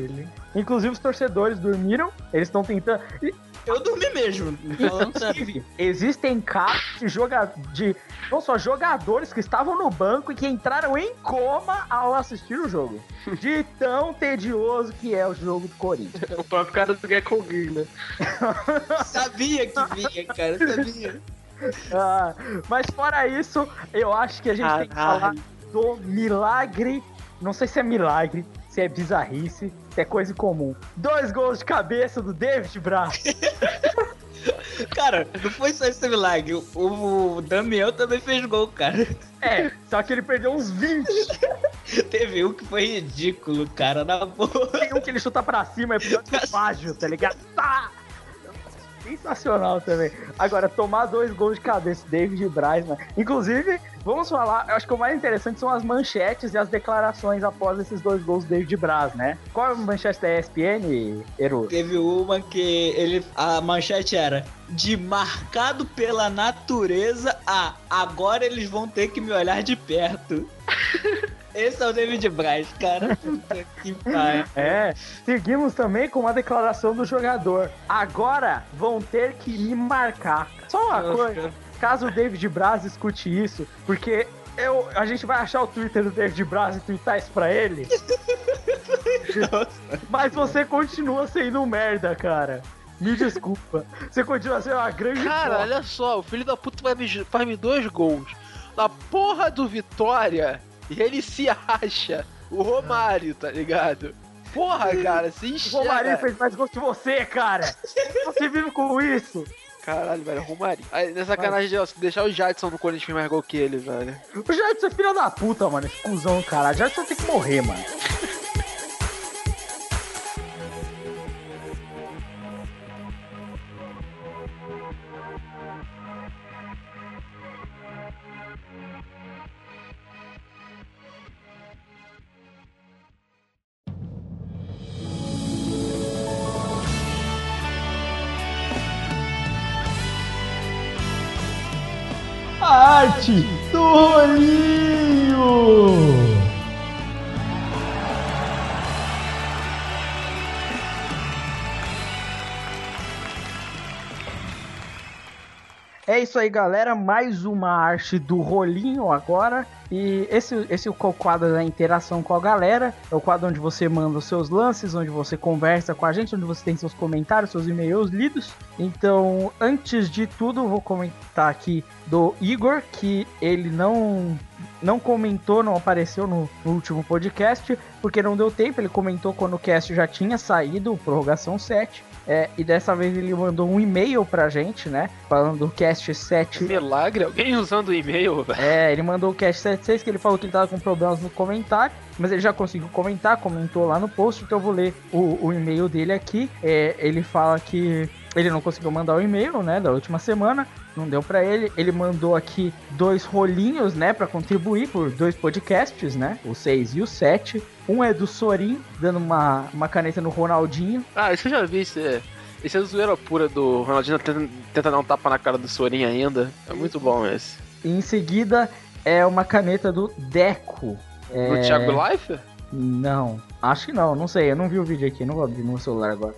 Inclusive os torcedores dormiram, eles estão tentando... Eu dormi mesmo, falando sério. Existem casos de não só jogadores que estavam no banco e que entraram em coma ao assistir o jogo. De tão tedioso que é o jogo do Corinthians. O próprio cara do Gecko Gear, né? Sabia que vinha, cara, sabia. Mas fora isso, eu acho que a gente tem que falar do milagre. Não sei se é milagre, se é bizarrice, se é coisa comum. 2 gols de cabeça do David Braz. Cara, não foi só esse milagre. O Damião também fez gol, cara. Só que ele perdeu uns 20. Teve um que foi ridículo, cara, na boa. Tem um que ele chuta pra cima, é pior que o Fágio, tá ligado? Tá! Sensacional também. Agora, tomar 2 gols de cabeça, David Braz, né? Inclusive, vamos falar, eu acho que o mais interessante são as manchetes e as declarações após esses 2 gols do David Braz, né? Qual é a manchete da ESPN, Eru? Teve uma que a manchete era: de marcado pela natureza a agora eles vão ter que me olhar de perto. Esse é o David Braz, cara. Puta que pariu. Seguimos também com uma declaração do jogador: agora vão ter que me marcar. Só uma coisa, caso o David Braz escute isso, porque a gente vai achar o Twitter do David Braz e twittar isso pra ele. Mas você continua sendo um merda, cara. Me desculpa. Você continua sendo uma grande... Cara, olha só, o filho da puta faz-me 2 gols na porra do Vitória e ele se acha o Romário, tá ligado? Porra, cara, se enxerga. O Romário fez mais gols que você, cara. Você vive com isso. Caralho, velho, Romário. Aí, nessa sacanagem de deixar o Jadson no Corinthians fez mais gol que ele, velho. O Jadson é filho da puta, mano. Esse cuzão, cara. O Jadson tem que morrer, mano. Arte do Rolinho! É isso aí, galera. Mais uma arte do Rolinho agora. E esse é o quadro da interação com a galera. É o quadro onde você manda os seus lances, onde você conversa com a gente, onde você tem seus comentários, seus e-mails lidos. Então, antes de tudo, eu vou comentar aqui do Igor, que ele não comentou, não apareceu no último podcast, porque não deu tempo. Ele comentou quando o cast já tinha saído, Prorrogação 7. E dessa vez ele mandou um e-mail pra gente, né? Falando do cast 7. Milagre, alguém usando o e-mail, velho. Ele mandou o cast 76, que ele falou que ele tava com problemas no comentário, mas ele já conseguiu comentar, comentou lá no post, então eu vou ler o e-mail dele aqui. Ele fala que ele não conseguiu mandar o e-mail, né, da última semana, não deu pra ele. Ele mandou aqui 2 rolinhos, né, pra contribuir por 2 podcasts, né, o 6 e o 7. Um é do Sorin, dando uma caneta no Ronaldinho. Ah, isso eu já vi, esse é zoeira pura do Ronaldinho, tenta dar um tapa na cara do Sorin ainda. É muito bom esse. E em seguida é uma caneta do Deco. Do Thiago Life? Não, acho que não sei, eu não vi o vídeo aqui, não vou abrir no meu celular agora.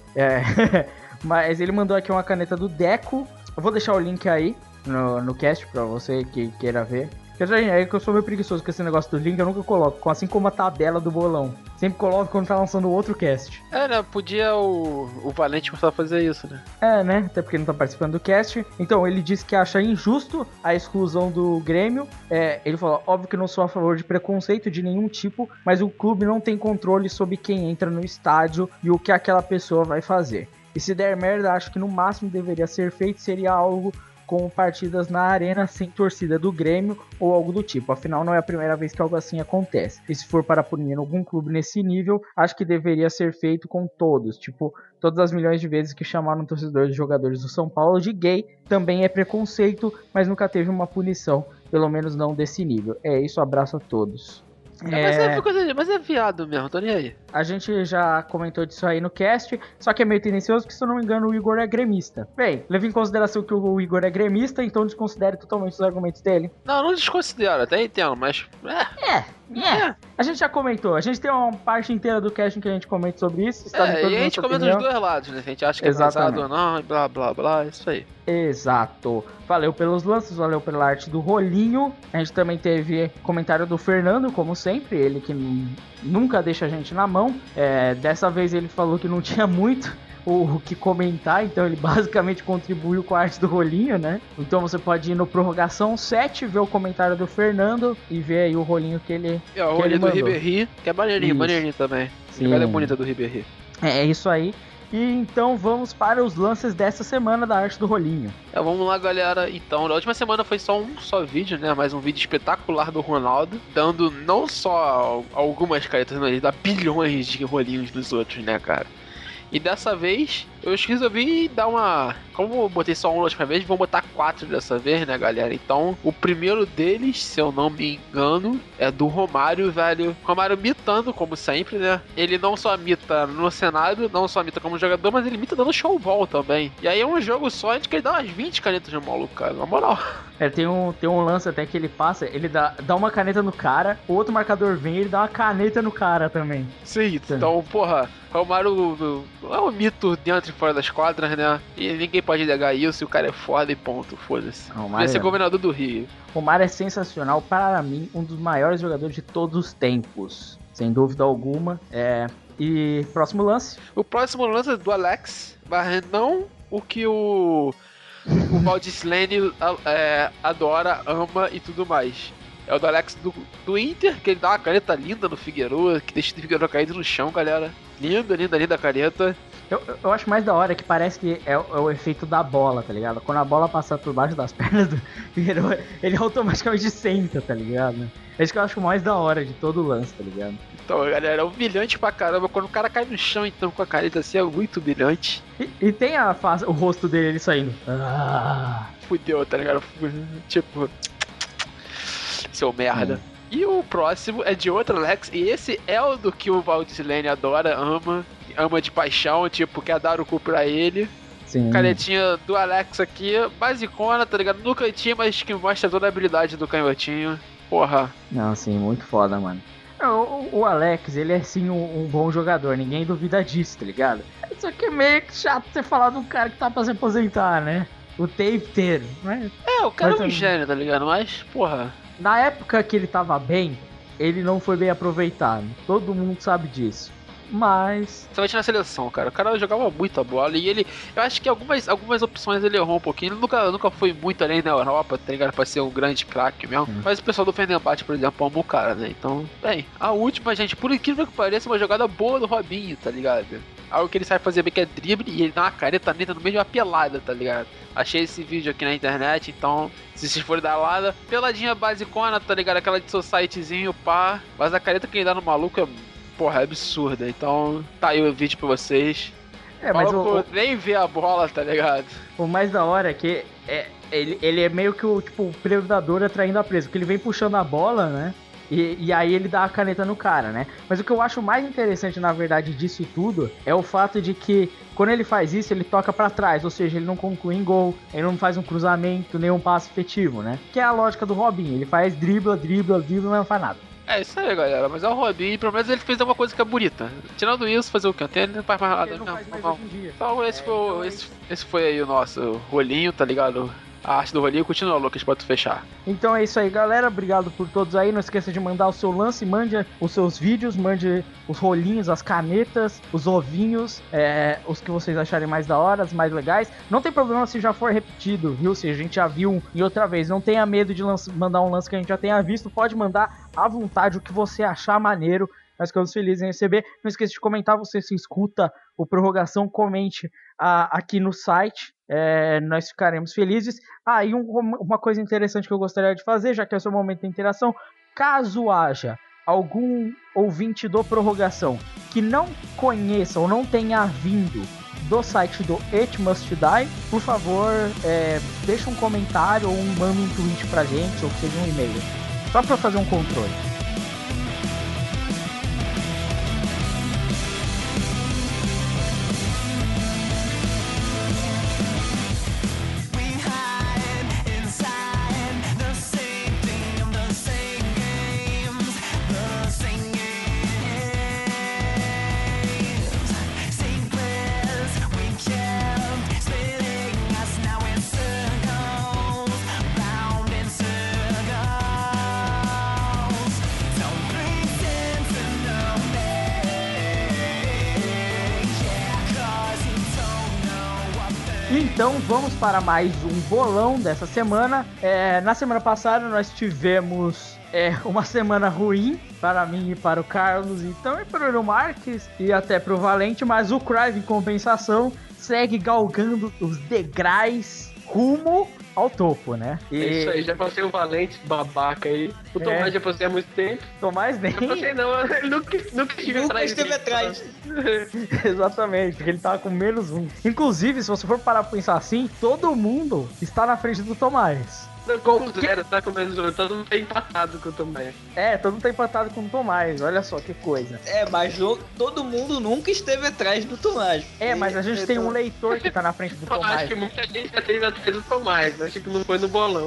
Mas ele mandou aqui uma caneta do Deco. Eu vou deixar o link aí no cast pra você que queira ver. É que eu sou meio preguiçoso com esse negócio do link, eu nunca coloco, assim como a tabela do bolão. Sempre coloco quando tá lançando outro cast. Né? Podia o Valente começar a fazer isso, né? Né? Até porque não tá participando do cast. Então, ele disse que acha injusto a exclusão do Grêmio. Ele falou, óbvio que não sou a favor de preconceito de nenhum tipo, mas o clube não tem controle sobre quem entra no estádio e o que aquela pessoa vai fazer. E se der merda, acho que no máximo deveria ser feito seria algo com partidas na arena sem torcida do Grêmio ou algo do tipo. Afinal, não é a primeira vez que algo assim acontece. E se for para punir algum clube nesse nível, acho que deveria ser feito com todos. Tipo, todas as milhões de vezes que chamaram torcedores de jogadores do São Paulo de gay também é preconceito, mas nunca teve uma punição, pelo menos não desse nível. É isso, abraço a todos. Mas é viado mesmo, tô nem aí. A gente já comentou disso aí no cast, só que é meio tendencioso porque, se eu não me engano, o Igor é gremista. Bem, leve em consideração que o Igor é gremista, então desconsidere totalmente os argumentos dele. Não desconsidero, até entendo, mas... A gente já comentou. A gente tem uma parte inteira do cast em que a gente comenta sobre isso. E a gente comenta os dois lados, né? A gente acha que é pesado ou não, e blá, blá, blá. Isso aí. Exato. Valeu pelos lances, valeu pela arte do rolinho. A gente também teve comentário do Fernando, como sempre. Ele que nunca deixa a gente na mão. Dessa vez ele falou que não tinha muito o que comentar, então ele basicamente contribuiu com a arte do rolinho, né? Então você pode ir no Prorrogação 7, ver o comentário do Fernando e ver aí o rolinho que ele o rolinho do Ribéry, que é maneirinho também. A jogada é bonita do Ribéry. É isso aí. E então vamos para os lances dessa semana da arte do rolinho. Vamos lá, galera. Então, na última semana foi só um vídeo, né? Mas um vídeo espetacular do Ronaldo, dando não só algumas caretas, mas ele dá bilhões de rolinhos nos outros, né, cara? E dessa vez, eu resolvi dar uma... Como eu botei só um outra vez, vou botar 4 dessa vez, né, galera? Então, o primeiro deles, se eu não me engano, é do Romário, velho. Romário mitando, como sempre, né? Ele não só mita no cenário, não só mita como jogador, mas ele mita dando showball também. E aí é um jogo só de que ele dá umas 20 canetas no maluco, cara, na moral. Tem um lance até que ele passa, ele dá uma caneta no cara, o outro marcador vem e ele dá uma caneta no cara também. Sim, então, porra, Romário é um mito dentro e fora das quadras, né? E ninguém pode negar isso, e o cara é foda e ponto, foda-se. Vai ser governador do Rio. Romário é sensacional, para mim, um dos maiores jogadores de todos os tempos, sem dúvida alguma. E próximo lance? O próximo lance é do Alex, mas não o que o Valdislene adora, ama e tudo mais. É o do Alex do Inter, que ele dá uma caneta linda no Figueiredo, que deixa o Figueiredo caído no chão, galera. Linda a caneta. Eu acho mais da hora que parece que é o efeito da bola, tá ligado? Quando a bola passa por baixo das pernas do Figueiredo, ele automaticamente senta, tá ligado? É isso que eu acho mais da hora de todo o lance, tá ligado? Então, galera, é humilhante pra caramba. Quando o cara cai no chão, então, com a caneta assim, é muito humilhante. E tem o rosto dele saindo. Fudeu, tá ligado? Tipo... Seu merda. E o próximo é de outro Alex, e esse é o do que o Valdislene adora, ama de paixão, tipo, quer dar o cu pra ele. Sim. Canetinha do Alex aqui, basicona, tá ligado? No cantinho, mas que mostra toda a habilidade do canhotinho. Porra. Não, sim, muito foda, mano. O Alex, ele é sim um bom jogador, ninguém duvida disso, tá ligado? Só que é meio chato você falar de um cara que tá pra se aposentar, né? O tempo inteiro, né? O cara é um gênio, tá ligado? Mas, porra... Na época que ele tava bem, ele não foi bem aproveitado. Todo mundo sabe disso. Mas... Principalmente na seleção, cara. O cara jogava muita bola e ele... Eu acho que algumas opções ele errou um pouquinho. Ele nunca foi muito além na Europa, tá ligado? Pra ser um grande craque mesmo. Mas o pessoal do Fenerbahçe, por exemplo, ama o cara, né? Então, bem... A última, gente, por incrível que pareça, uma jogada boa do Robinho, tá ligado? Algo que ele sabe fazer bem, que é drible, e ele dá uma careta neta no meio de uma pelada, tá ligado? Achei esse vídeo aqui na internet, então, se vocês forem dar lada, peladinha basicona, tá ligado? Aquela de societyzinho, pá. Mas a careta que ele dá no maluco é, porra, é absurda. Então, tá aí o vídeo pra vocês. Mas nem vê a bola, tá ligado? O mais da hora é que ele é meio que o predador atraindo a presa, porque ele vem puxando a bola, né? E aí ele dá a caneta no cara, né? Mas o que eu acho mais interessante, na verdade, disso tudo é o fato de que quando ele faz isso, ele toca pra trás, ou seja, ele não conclui em gol, ele não faz um cruzamento, nem um passe efetivo, né? Que é a lógica do Robinho, ele faz dribla, mas não faz nada. É isso aí, galera, mas é o Robinho, pelo menos ele fez uma coisa que é bonita. Tirando isso, fazer o que? Ele não faz mais nada, não. Então esse foi aí o nosso rolinho, tá ligado? A arte do rolinho continua, Lucas, pode fechar. Então é isso aí, galera. Obrigado por todos aí. Não esqueça de mandar o seu lance, mande os seus vídeos, mande os rolinhos, as canetas, os ovinhos, os que vocês acharem mais da hora, os mais legais. Não tem problema se já for repetido, viu? Se a gente já viu e outra vez. Não tenha medo de mandar um lance que a gente já tenha visto. Pode mandar à vontade o que você achar maneiro. Nós ficamos felizes em receber. Não esqueça de comentar, você se escuta o Prorrogação, comente aqui no site. Nós ficaremos felizes. E uma coisa interessante que eu gostaria de fazer, já que é o seu momento de interação, caso haja algum ouvinte do Prorrogação que não conheça ou não tenha vindo do site do It Must Die, por favor, deixa um comentário ou manda um tweet pra gente, ou seja, um e-mail, só pra fazer um controle. Então vamos para mais um bolão dessa semana. Na semana passada nós tivemos uma semana ruim para mim e para o Carlos, e também para o Marques e até para o Valente, mas o Crive, em compensação, segue galgando os degraus rumo ao topo, né? É isso aí, já passei o Valente, babaca aí. O Tomás já passei há muito tempo. Tomás nem... Não passei não, ele nunca esteve atrás. Exatamente, porque ele tava com menos um. Inclusive, se você for parar pra pensar assim, todo mundo está na frente do Tomás. Não, com zero, tá com menos um, todo mundo tá empatado com o Tomás. Todo mundo tá empatado com o Tomás, olha só que coisa. Mas todo mundo nunca esteve atrás do Tomás. Mas a gente tem um leitor que tá na frente do Tomás. Acho que muita gente já teve atrás do Tomás, acho que não foi no bolão.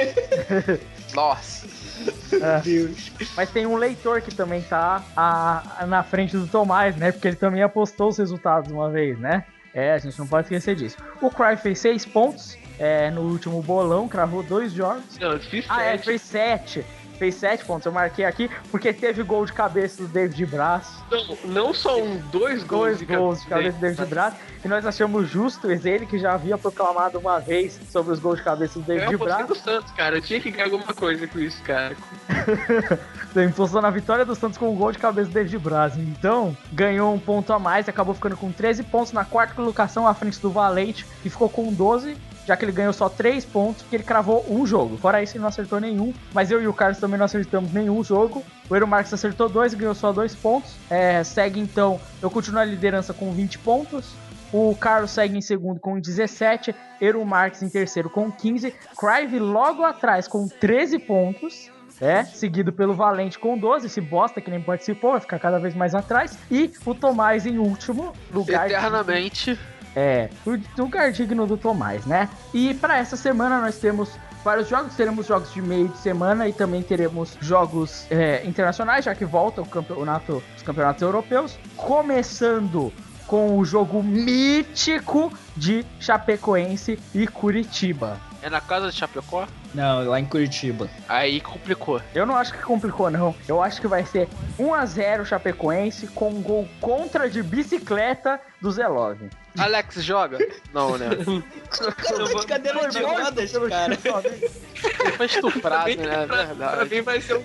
Nossa. Deus. Mas tem um leitor que também tá na frente do Tomás, né? Porque ele também apostou os resultados uma vez, né? A gente não pode esquecer disso. O Cry fez 6 pontos no último bolão, cravou 2 jogos. Não, eu fiz 7. Fez 7. Fez 7 pontos, eu marquei aqui, porque teve gol de cabeça do David Braz. Não só dois gols de cabeça do David Braz. E nós achamos justo, ele que já havia proclamado uma vez sobre os gols de cabeça do David Braz. Eu apostei do Santos, cara, eu tinha que ganhar alguma coisa com isso, cara. Você impulsou na vitória do Santos com um gol de cabeça do David Braz. Então, ganhou um ponto a mais, acabou ficando com 13 pontos na quarta colocação à frente do Valente, que ficou com 12, já que ele ganhou só 3 pontos, porque ele cravou um jogo. Fora isso, ele não acertou nenhum, mas eu e o Carlos também não acertamos nenhum jogo. O Eero Marques acertou 2 e ganhou só 2 pontos. Segue então, eu continuo na liderança com 20 pontos. O Carlos segue em segundo com 17, Eero Marques em terceiro com 15, Crive logo atrás com 13 pontos, seguido pelo Valente com 12, esse bosta que nem participou, vai ficar cada vez mais atrás, e o Tomás em último lugar. Eternamente. O lugar digno do Tomás, né? E para essa semana nós temos vários jogos, teremos jogos de meio de semana e também teremos jogos internacionais, já que volta os campeonatos europeus, começando com o jogo mítico de Chapecoense e Curitiba. É na casa de Chapecó? Não, lá em Curitiba. Aí complicou. Eu não acho que complicou, não. Eu acho que vai ser 1-0 Chapecoense com um gol contra de bicicleta do Zé Love. Alex joga? Não, né? De cadeira de rodas, cara. Ele foi estufrado, né? É verdade. Pra mim vai ser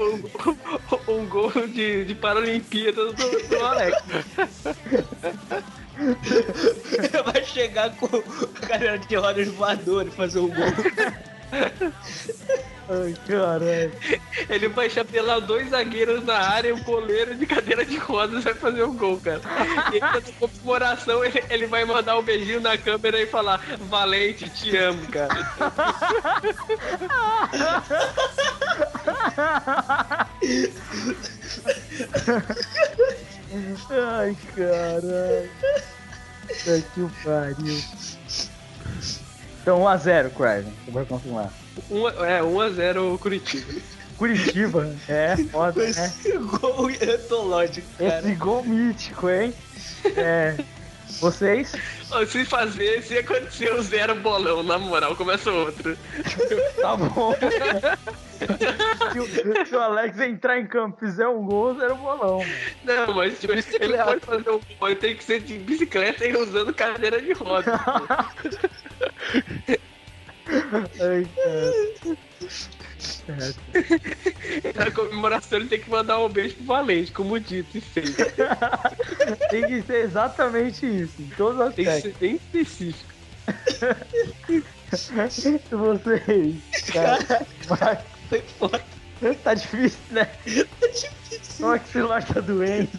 um gol de Paralimpíada do Alex. Vai chegar com cadeira de rodas voador e fazer um gol. Ai, caralho. Ele vai chapelar 2 zagueiros na área e um goleiro de cadeira de rodas vai fazer um gol, cara. E na comemoração ele vai mandar um beijinho na câmera e falar: Valente, te amo, cara. Ai, caralho. Puta que pariu. Então 1-0, Crive, pra confirmar. 1-0 Curitiba. Curitiba, foda, né? Esse gol antológico, cara. Esse gol mítico, hein? Vocês? Se acontecer o 0 bolão, na moral, começa outro. Tá bom. Se o Alex entrar em campo e fizer um gol, 0 bolão. Não, mas tipo, ele pode fazer um gol, ele tem que ser de bicicleta e usando cadeira de roda. Ai, cara. Na comemoração ele tem que mandar um beijo pro Valente, como dito e feito. Tem que ser exatamente isso, em todos os Tem que aspectos. ser bem específico. Vocês, cara. Foi foda. Tá difícil, né? Tá difícil. O maxilar tá doendo.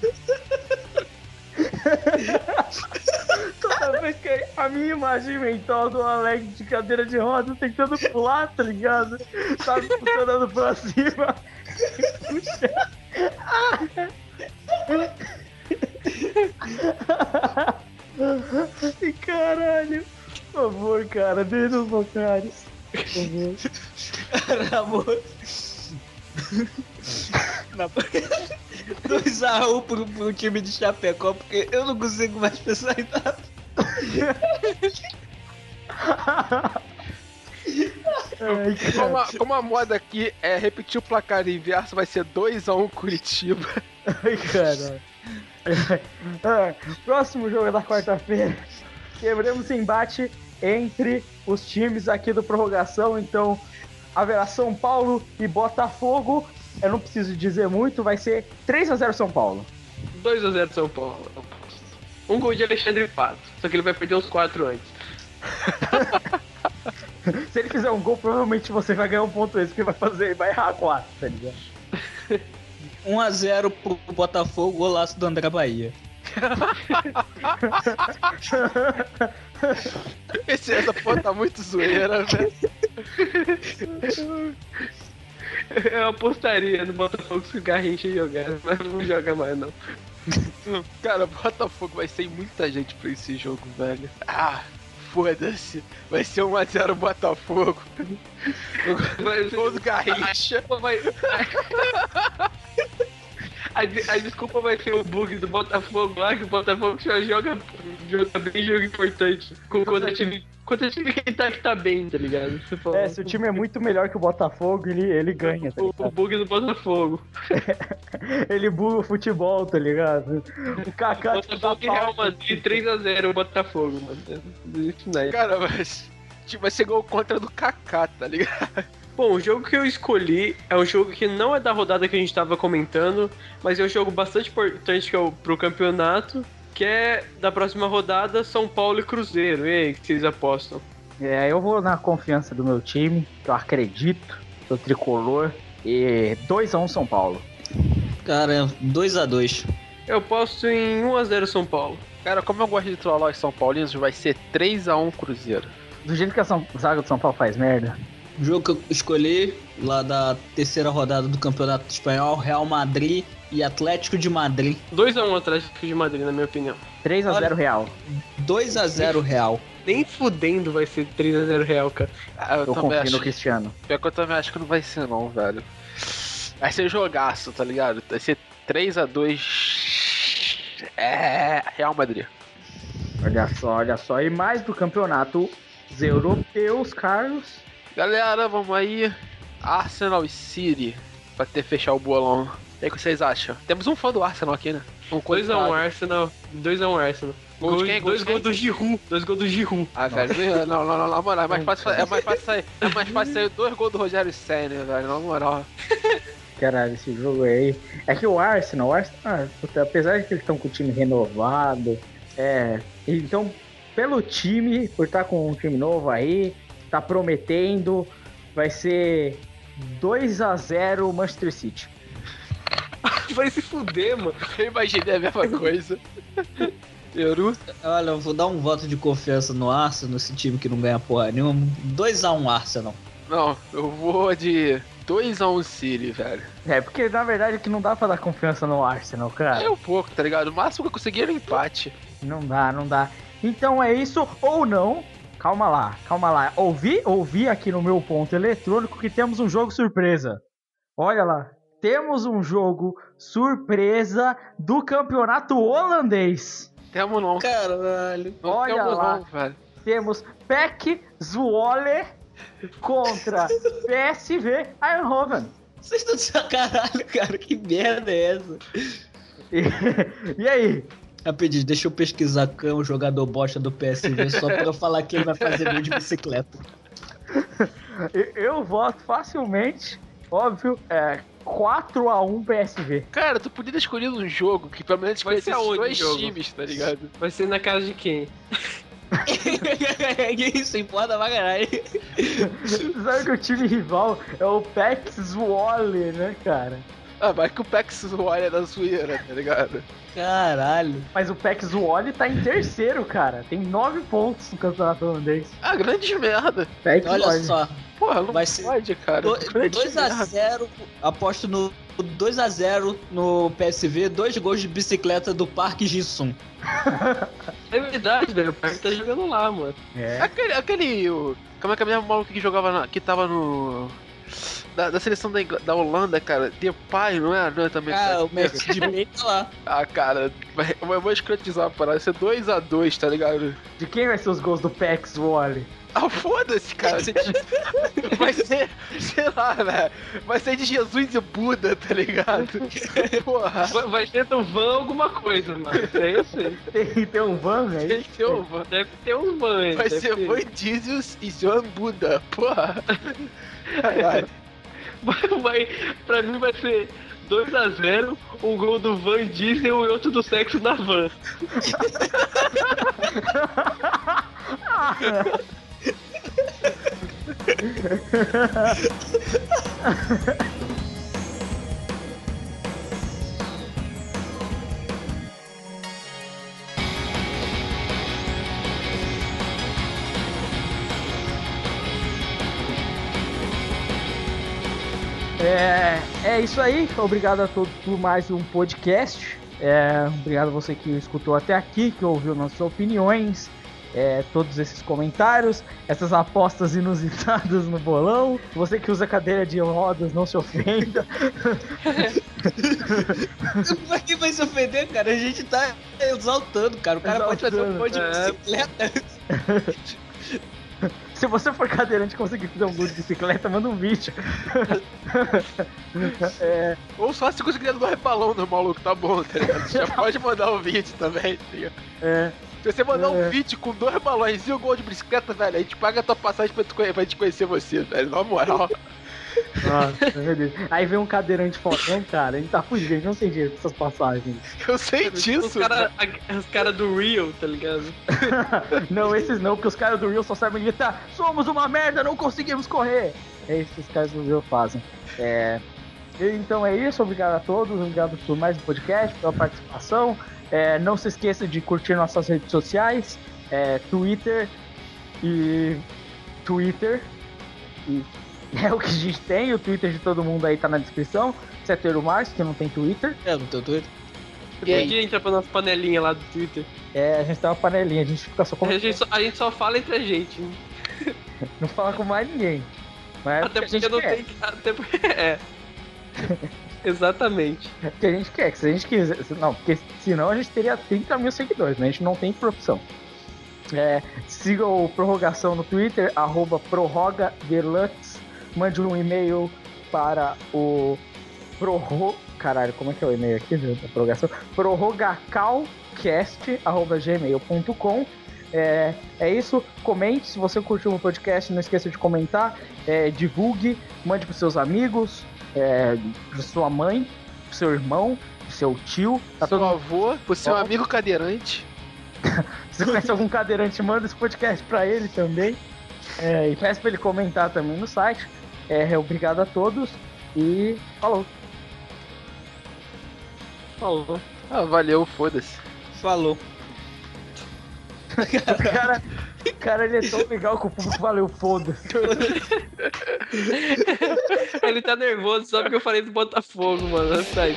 Toda vez que a minha imagem mental do Alex de cadeira de rodas tentando pular, tá ligado? Tá funcionando pra cima. E caralho. Por favor, cara, dê nos vocários. Por favor. Amor. 2-1 pro time de Chapecó, porque eu não consigo mais pensar em nada. Como a moda aqui é repetir o placar inverso, vai ser 2-1 Curitiba. Ai, caralho. Próximo jogo da quarta-feira. Quebramos esse embate entre os times aqui do Prorrogação. Então, haverá São Paulo e Botafogo. Eu não preciso dizer muito, vai ser 3-0 São Paulo. 2-0 São Paulo. Um gol de Alexandre Pato, só que ele vai perder uns 4 antes. Se ele fizer um gol, provavelmente você vai ganhar um ponto extra, porque vai errar 4, tá ligado? 1-0 pro Botafogo, golaço do André Bahia. Essa porra tá muito zoeira, velho. Eu apostaria no Botafogo se o Garrincha jogar, mas não joga mais não. Cara, Botafogo vai ser muita gente pra esse jogo, velho. Ah, foda-se. Vai ser 1-0 Botafogo. Gol do Garrincha. A desculpa vai ser o bug do Botafogo lá, que o Botafogo já joga bem jogo importante. Quando o time que tá bem, tá ligado? Se o time é muito melhor que o Botafogo, ele ganha, tá ligado? O bug do Botafogo. Ele buga o futebol, tá ligado? O Kaká... Botafogo e Real Madrid 3-0 o Botafogo, mano. Cara, mas vai ser gol contra do Kaká, tá ligado? Bom, o jogo que eu escolhi é um jogo que não é da rodada que a gente tava comentando, mas é um jogo bastante importante pro campeonato, que é da próxima rodada, São Paulo e Cruzeiro. E aí, o que vocês apostam? Eu vou na confiança do meu time, que eu acredito, do tricolor, e 2-1 São Paulo. Cara, 2-2. Eu aposto em 1-0 São Paulo. Cara, como eu gosto de trollar os São Paulinos, vai ser 3-1 Cruzeiro. Do jeito que a zaga do São Paulo faz merda. O jogo que eu escolhi, lá da terceira rodada do Campeonato Espanhol, Real Madrid e Atlético de Madrid. 2-1 Atlético de Madrid, na minha opinião. 3-0 Real. 2-0 Real. Nem fudendo vai ser 3-0 Real, cara. Eu confio no Cristiano. Pior que eu também acho que não vai ser não, velho. Vai ser jogaço, tá ligado? Vai ser 3-2 Real Madrid. Olha só. E mais do campeonato os europeus, Carlos. Galera, vamos aí. Arsenal e City pra fechar o bolão. E aí, o que vocês acham? Temos um fã do Arsenal aqui, né? 2-1 Arsenal. 2-1 Arsenal. Dois gols do Giroud. 2 gols do Giroud. Ah, velho, não, na moral, é mais fácil sair 2 gols do Rogério Senna, velho, na moral. Caralho, esse jogo aí. É que o Arsenal, apesar de que eles estão com o time renovado, então, pelo time, por estar com um time novo aí, tá prometendo, vai ser 2-0 Manchester City. Vai se fuder, mano. Eu imaginei a mesma coisa. Peru? Olha, eu vou dar um voto de confiança no Arsenal, esse time que não ganha porra nenhuma. 2-1 Arsenal. Não, eu vou de 2-1 City, velho. Porque na verdade que não dá pra dar confiança no Arsenal, cara. É um pouco, tá ligado? O máximo que eu consegui era um empate. Não dá. Então é isso ou não. Calma lá. Ouvi aqui no meu ponto eletrônico que temos um jogo surpresa. Olha lá. Temos um jogo surpresa do campeonato holandês. Temos não. Caralho. Olha lá. Não, velho. Temos PEC Zwolle contra PSV Eindhoven. Vocês estão de sacanagem, cara. Que merda é essa? E aí? Rapidinho, deixa eu pesquisar quem é o jogador bosta do PSV só pra eu falar que ele vai fazer gol de bicicleta. Eu voto facilmente, óbvio, 4-1 PSV. Cara, tu podia ter escolhido um jogo que pelo menos vai ser dois times, tá ligado? Vai ser na casa de quem? Isso importa pra caralho. Sabe que o time rival é o PEC Zwolle, né, cara? Ah, vai que o PEC Zwolle é da zoeira, tá ligado? Caralho. Mas o PEC Zwolle tá em terceiro, cara. Tem 9 pontos no campeonato holandês. Ah, grande merda. Olha só. Porra, não vai ser pode, cara. 2-0, aposto no 2-0 no PSV, 2 gols de bicicleta do Parque Ji-sung. É verdade, velho. O Parque tá jogando lá, mano. Como é que é mesmo maluco que jogava que tava no... Da seleção da Holanda, cara, Depay, não é também? Ah, o Messi de meio tá lá. Ah, cara, eu vou escrotizar a parada, vai ser 2-2, tá ligado? De quem vai ser os gols do PEC Zwolle? Ah, foda-se, cara. Vai ser, sei lá, velho. Vai ser de Jesus e Buda, tá ligado? Porra. Vai ser do Van alguma coisa, mano. Isso aí eu sei. Tem um van, velho. Tem que ter um Van. Deve ter um Van aí. Vai ser Van Diesel e Joan Buda. Porra. Caralho. Pra mim vai ser 2-0, um gol do Van Diesel e outro do sexo na Van. É isso aí. Obrigado a todos por mais um podcast. Obrigado a você que escutou até aqui, que ouviu nossas opiniões, todos esses comentários, essas apostas inusitadas no bolão. Você que usa cadeira de rodas, não se ofenda. Por que vai se ofender, cara? A gente tá exaltando, cara. O cara pode fazer um gol de bicicleta. Se você for cadeirante e conseguir fazer um gol de bicicleta, manda um vídeo. Ou só se conseguir no balão no maluco, tá bom, tá ligado? Já pode mandar um vídeo também, tá ligado? Se você mandar um vídeo com 2 balões e um gol de bicicleta, velho, a gente paga a tua passagem pra gente conhecer você, velho, na moral. Nossa, meu Deus. Aí vem um cadeirante fodão, cara, ele tá fugindo, não tem dinheiro pra essas passagens. Eu sei disso. Os caras do Rio, tá ligado? Não, esses não, porque os caras do Rio só sabem gritar: somos uma merda, não conseguimos correr. É isso que os caras do Rio fazem. Então é isso, obrigado a todos, obrigado por mais um podcast, pela participação. Não se esqueça de curtir nossas redes sociais, Twitter e é o que a gente tem. O Twitter de todo mundo aí tá na descrição, exceto o Marcos, que não tem Twitter. Eu não tenho Twitter. E aí entra pra nossa panelinha lá do Twitter. A gente tem uma panelinha, a gente fica só A gente só fala entre a gente. Não fala com mais ninguém. Mas até porque não tem. Até porque exatamente. É porque a gente quer, que se a gente quiser. Não, porque senão a gente teria 30 mil seguidores, né? A gente não tem profissão. Siga o Prorrogação no Twitter, @prorrogadeluxe. Mande um e-mail para o Caralho, como é que é o e-mail aqui da prorrogação? prorrogacalcast@gmail.com. É isso, comente se você curtiu o podcast, não esqueça de comentar, divulgue, mande para seus amigos, para sua mãe, pro seu irmão, pro seu tio, pro seu avô, pro seu amigo cadeirante. Se você conhece algum cadeirante, manda esse podcast para ele também. E peço para ele comentar também no site. Obrigado a todos e falou. Valeu, foda-se. Falou. O cara ele é tão legal que o público valeu, foda-se. Ele tá nervoso só porque eu falei do Botafogo, mano. Sai.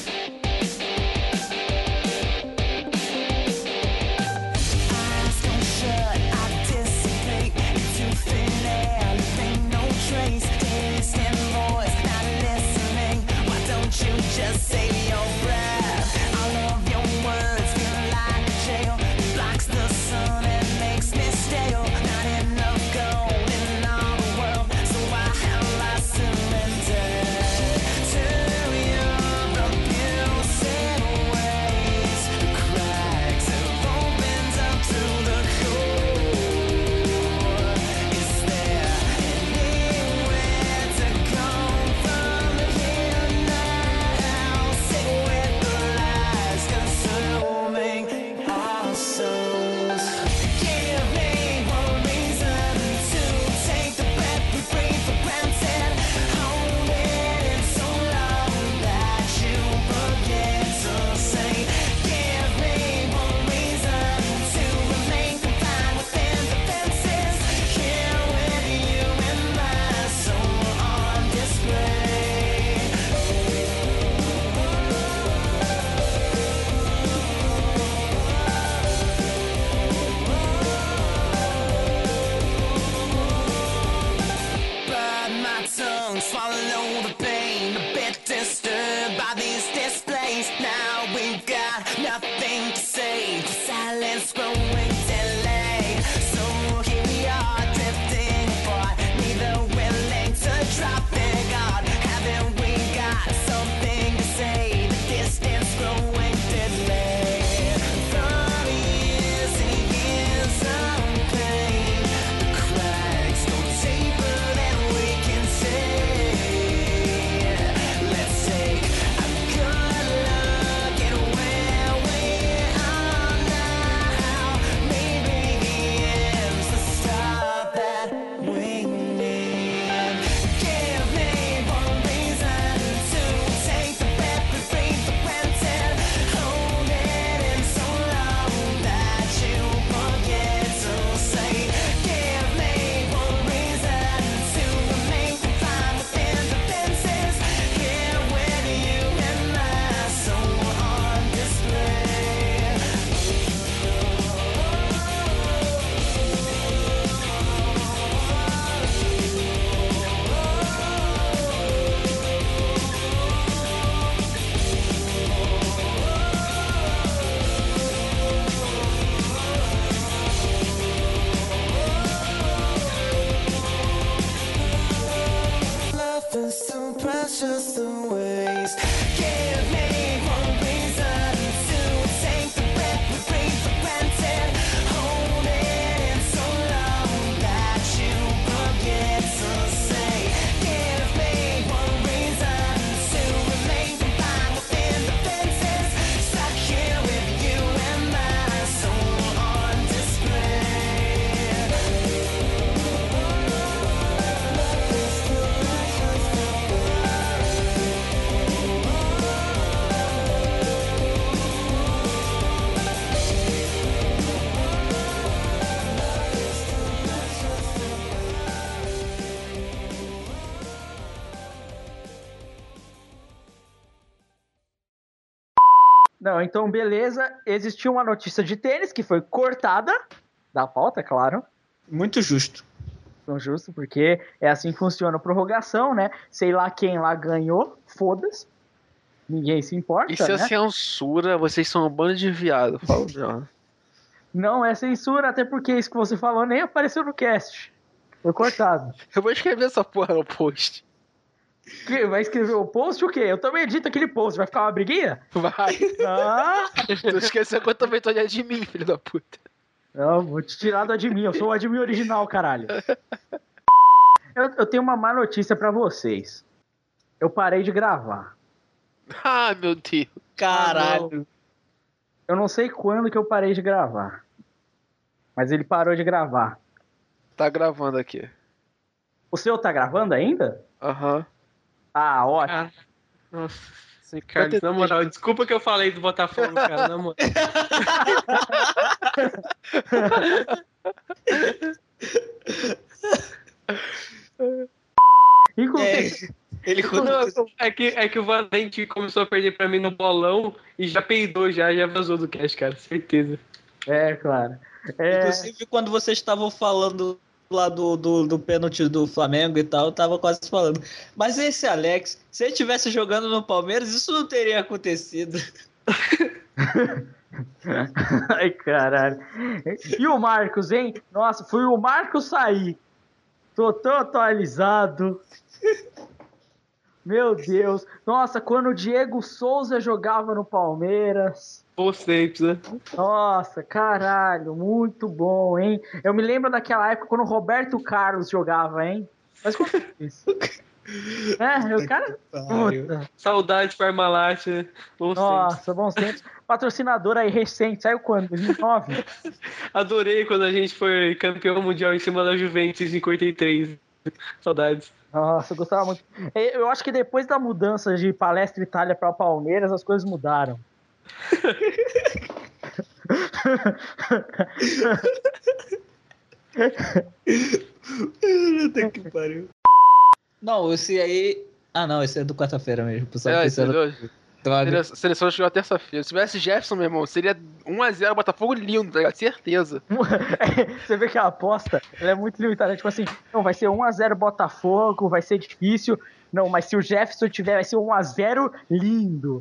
Just say your breath. All of your words feel like a jail. Blocks the sun and makes me stale. Not enough gold in all the world, so why have I surrendered to your abusive ways? The cracks have opened up to the core. Is there anywhere to go from here now? Swallow the pain, a bit disturbed by these displays. Now we've got nothing to say, silence growing delay. So here we are, that's just the ways. Give me one reason to take the breath we breathe for granted. Hold it in so long that you forget to say. Give me one reason to remain confined within the fences. Stuck here with you and my soul on display. Não, então beleza. Existiu uma notícia de tênis que foi cortada da pauta, claro. Muito justo. Não justo, porque é assim que funciona a prorrogação, né? Sei lá quem lá ganhou, foda-se. Ninguém se importa, Isso é né? censura, vocês são um bando de viado. Fala, já. Não é censura, até porque isso que você falou nem apareceu no cast. Foi cortado. Eu vou escrever essa porra no post. Que, vai escrever o post o quê? Eu também edito aquele post, vai ficar uma briguinha? Vai. Ah! Tu esqueceu que eu também tô de admin, filho da puta. Não, vou te tirar do admin, eu sou o admin original, caralho. Eu tenho uma má notícia pra vocês. Eu parei de gravar. Ah, meu Deus. Caralho. Eu não sei quando que eu parei de gravar. Mas ele parou de gravar. Tá gravando aqui. O seu tá gravando ainda? Aham. Ah, ótimo. Ah, nossa, Carlos, na moral, desculpa que eu falei do Botafogo, cara, na moral. Inclusive, Ele Não, é que o Valente começou a perder pra mim no bolão e já peidou, já vazou do cast, cara, certeza. claro. É, Inclusive, quando vocês estavam falando lá do pênalti do Flamengo e tal, eu tava quase falando. Mas esse Alex, se ele estivesse jogando no Palmeiras, isso não teria acontecido. Ai, caralho. E o Marcos, hein? Nossa, foi o Marcos sair. Tô tão atualizado. Meu Deus. Nossa, quando o Diego Souza jogava no Palmeiras. Vocês, né? Nossa, caralho, muito bom, hein? Eu me lembro daquela época quando o Roberto Carlos jogava, hein? Mas como é isso? O cara... Puta. Saudade Parmalat, né? Nossa, bons tempos. Patrocinador aí recente, saiu quando? 2009? Adorei quando a gente foi campeão mundial em cima da Juventus em 53. Saudades. Nossa, eu gostava muito. Eu acho que depois da mudança de Palestra Itália para Palmeiras, as coisas mudaram. Puta que pariu. Não, esse aí... Ah, não, esse é do quarta-feira mesmo. Droga. Seleção chegou terça-feira. Se tivesse Jefferson, meu irmão, seria 1x0 Botafogo lindo, tá ligado? Certeza. Você vê que a aposta ela é muito limitada. Tipo assim, não, vai ser 1x0 Botafogo, vai ser difícil. Não, mas se o Jefferson tiver, vai ser 1x0 lindo.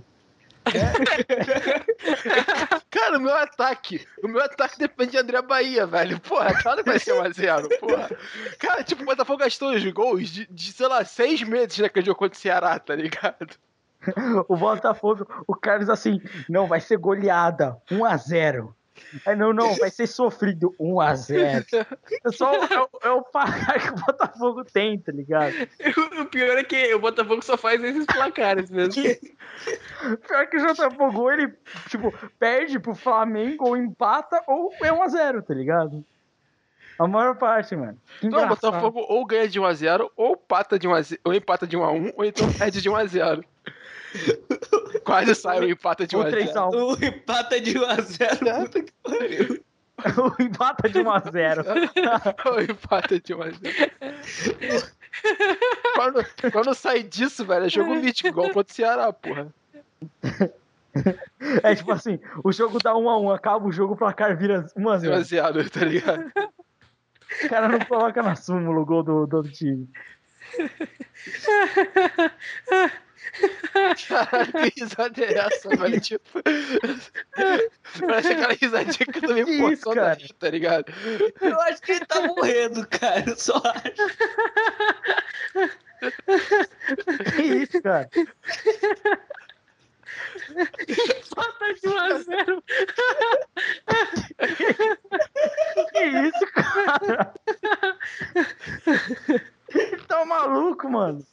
Cara, o meu ataque depende de André Bahia, velho. Porra, claro que vai ser 1x0, porra. Cara, tipo, o Botafogo gastou os gols de sei lá, 6 meses naquele jogo contra o Ceará, tá ligado? O Botafogo, o Carlos assim, não, vai ser goleada, 1x0. Aí não, vai ser sofrido, 1x0. É o placar que o Botafogo tem, tá ligado? O pior é que o Botafogo só faz esses placares mesmo. Pior que o Botafogo, ele, tipo, perde pro Flamengo, ou empata, ou é 1x0, tá ligado? A maior parte, mano. Não, o Botafogo ou ganha de 1x0, ou empata de 1x0, ou empata de 1x1, ou então perde de 1x0. Quase sai o empata de 1x0. O empata de 1x0. Puta que pariu. O empata de 1x0. O empata de 1x0. Quando sai disso, velho, é jogo mítico, igual contra o Ceará, porra. É tipo assim, o jogo dá 1x1, acaba o jogo, o placar vira 1x0. 1x0, tá ligado? O cara não coloca na súmula o gol do time. Caralho, que risada é essa, velho? Tipo, parece aquela risadinha que eu tô meio forçando aí, tá ligado? Eu acho que ele tá morrendo, cara. Eu só acho. Que isso? cara. Falta de 1-0. Que isso, cara? Tá maluco, mano?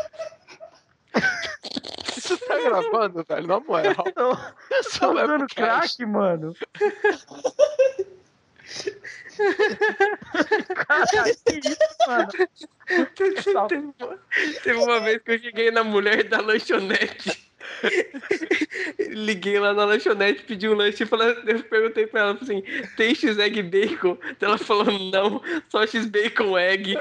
Isso tá gravando, velho, na moral. Tô Só é usando podcast. crack, mano. Cara, que isso, mano? Teve uma vez que eu cheguei na mulher da lanchonete. Liguei lá na lanchonete, pedi um lanche e eu perguntei pra ela assim: tem X-Egg Bacon? Ela falou: não, só X-Bacon Egg.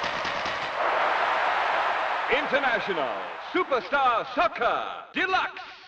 International Superstar Soccer Deluxe.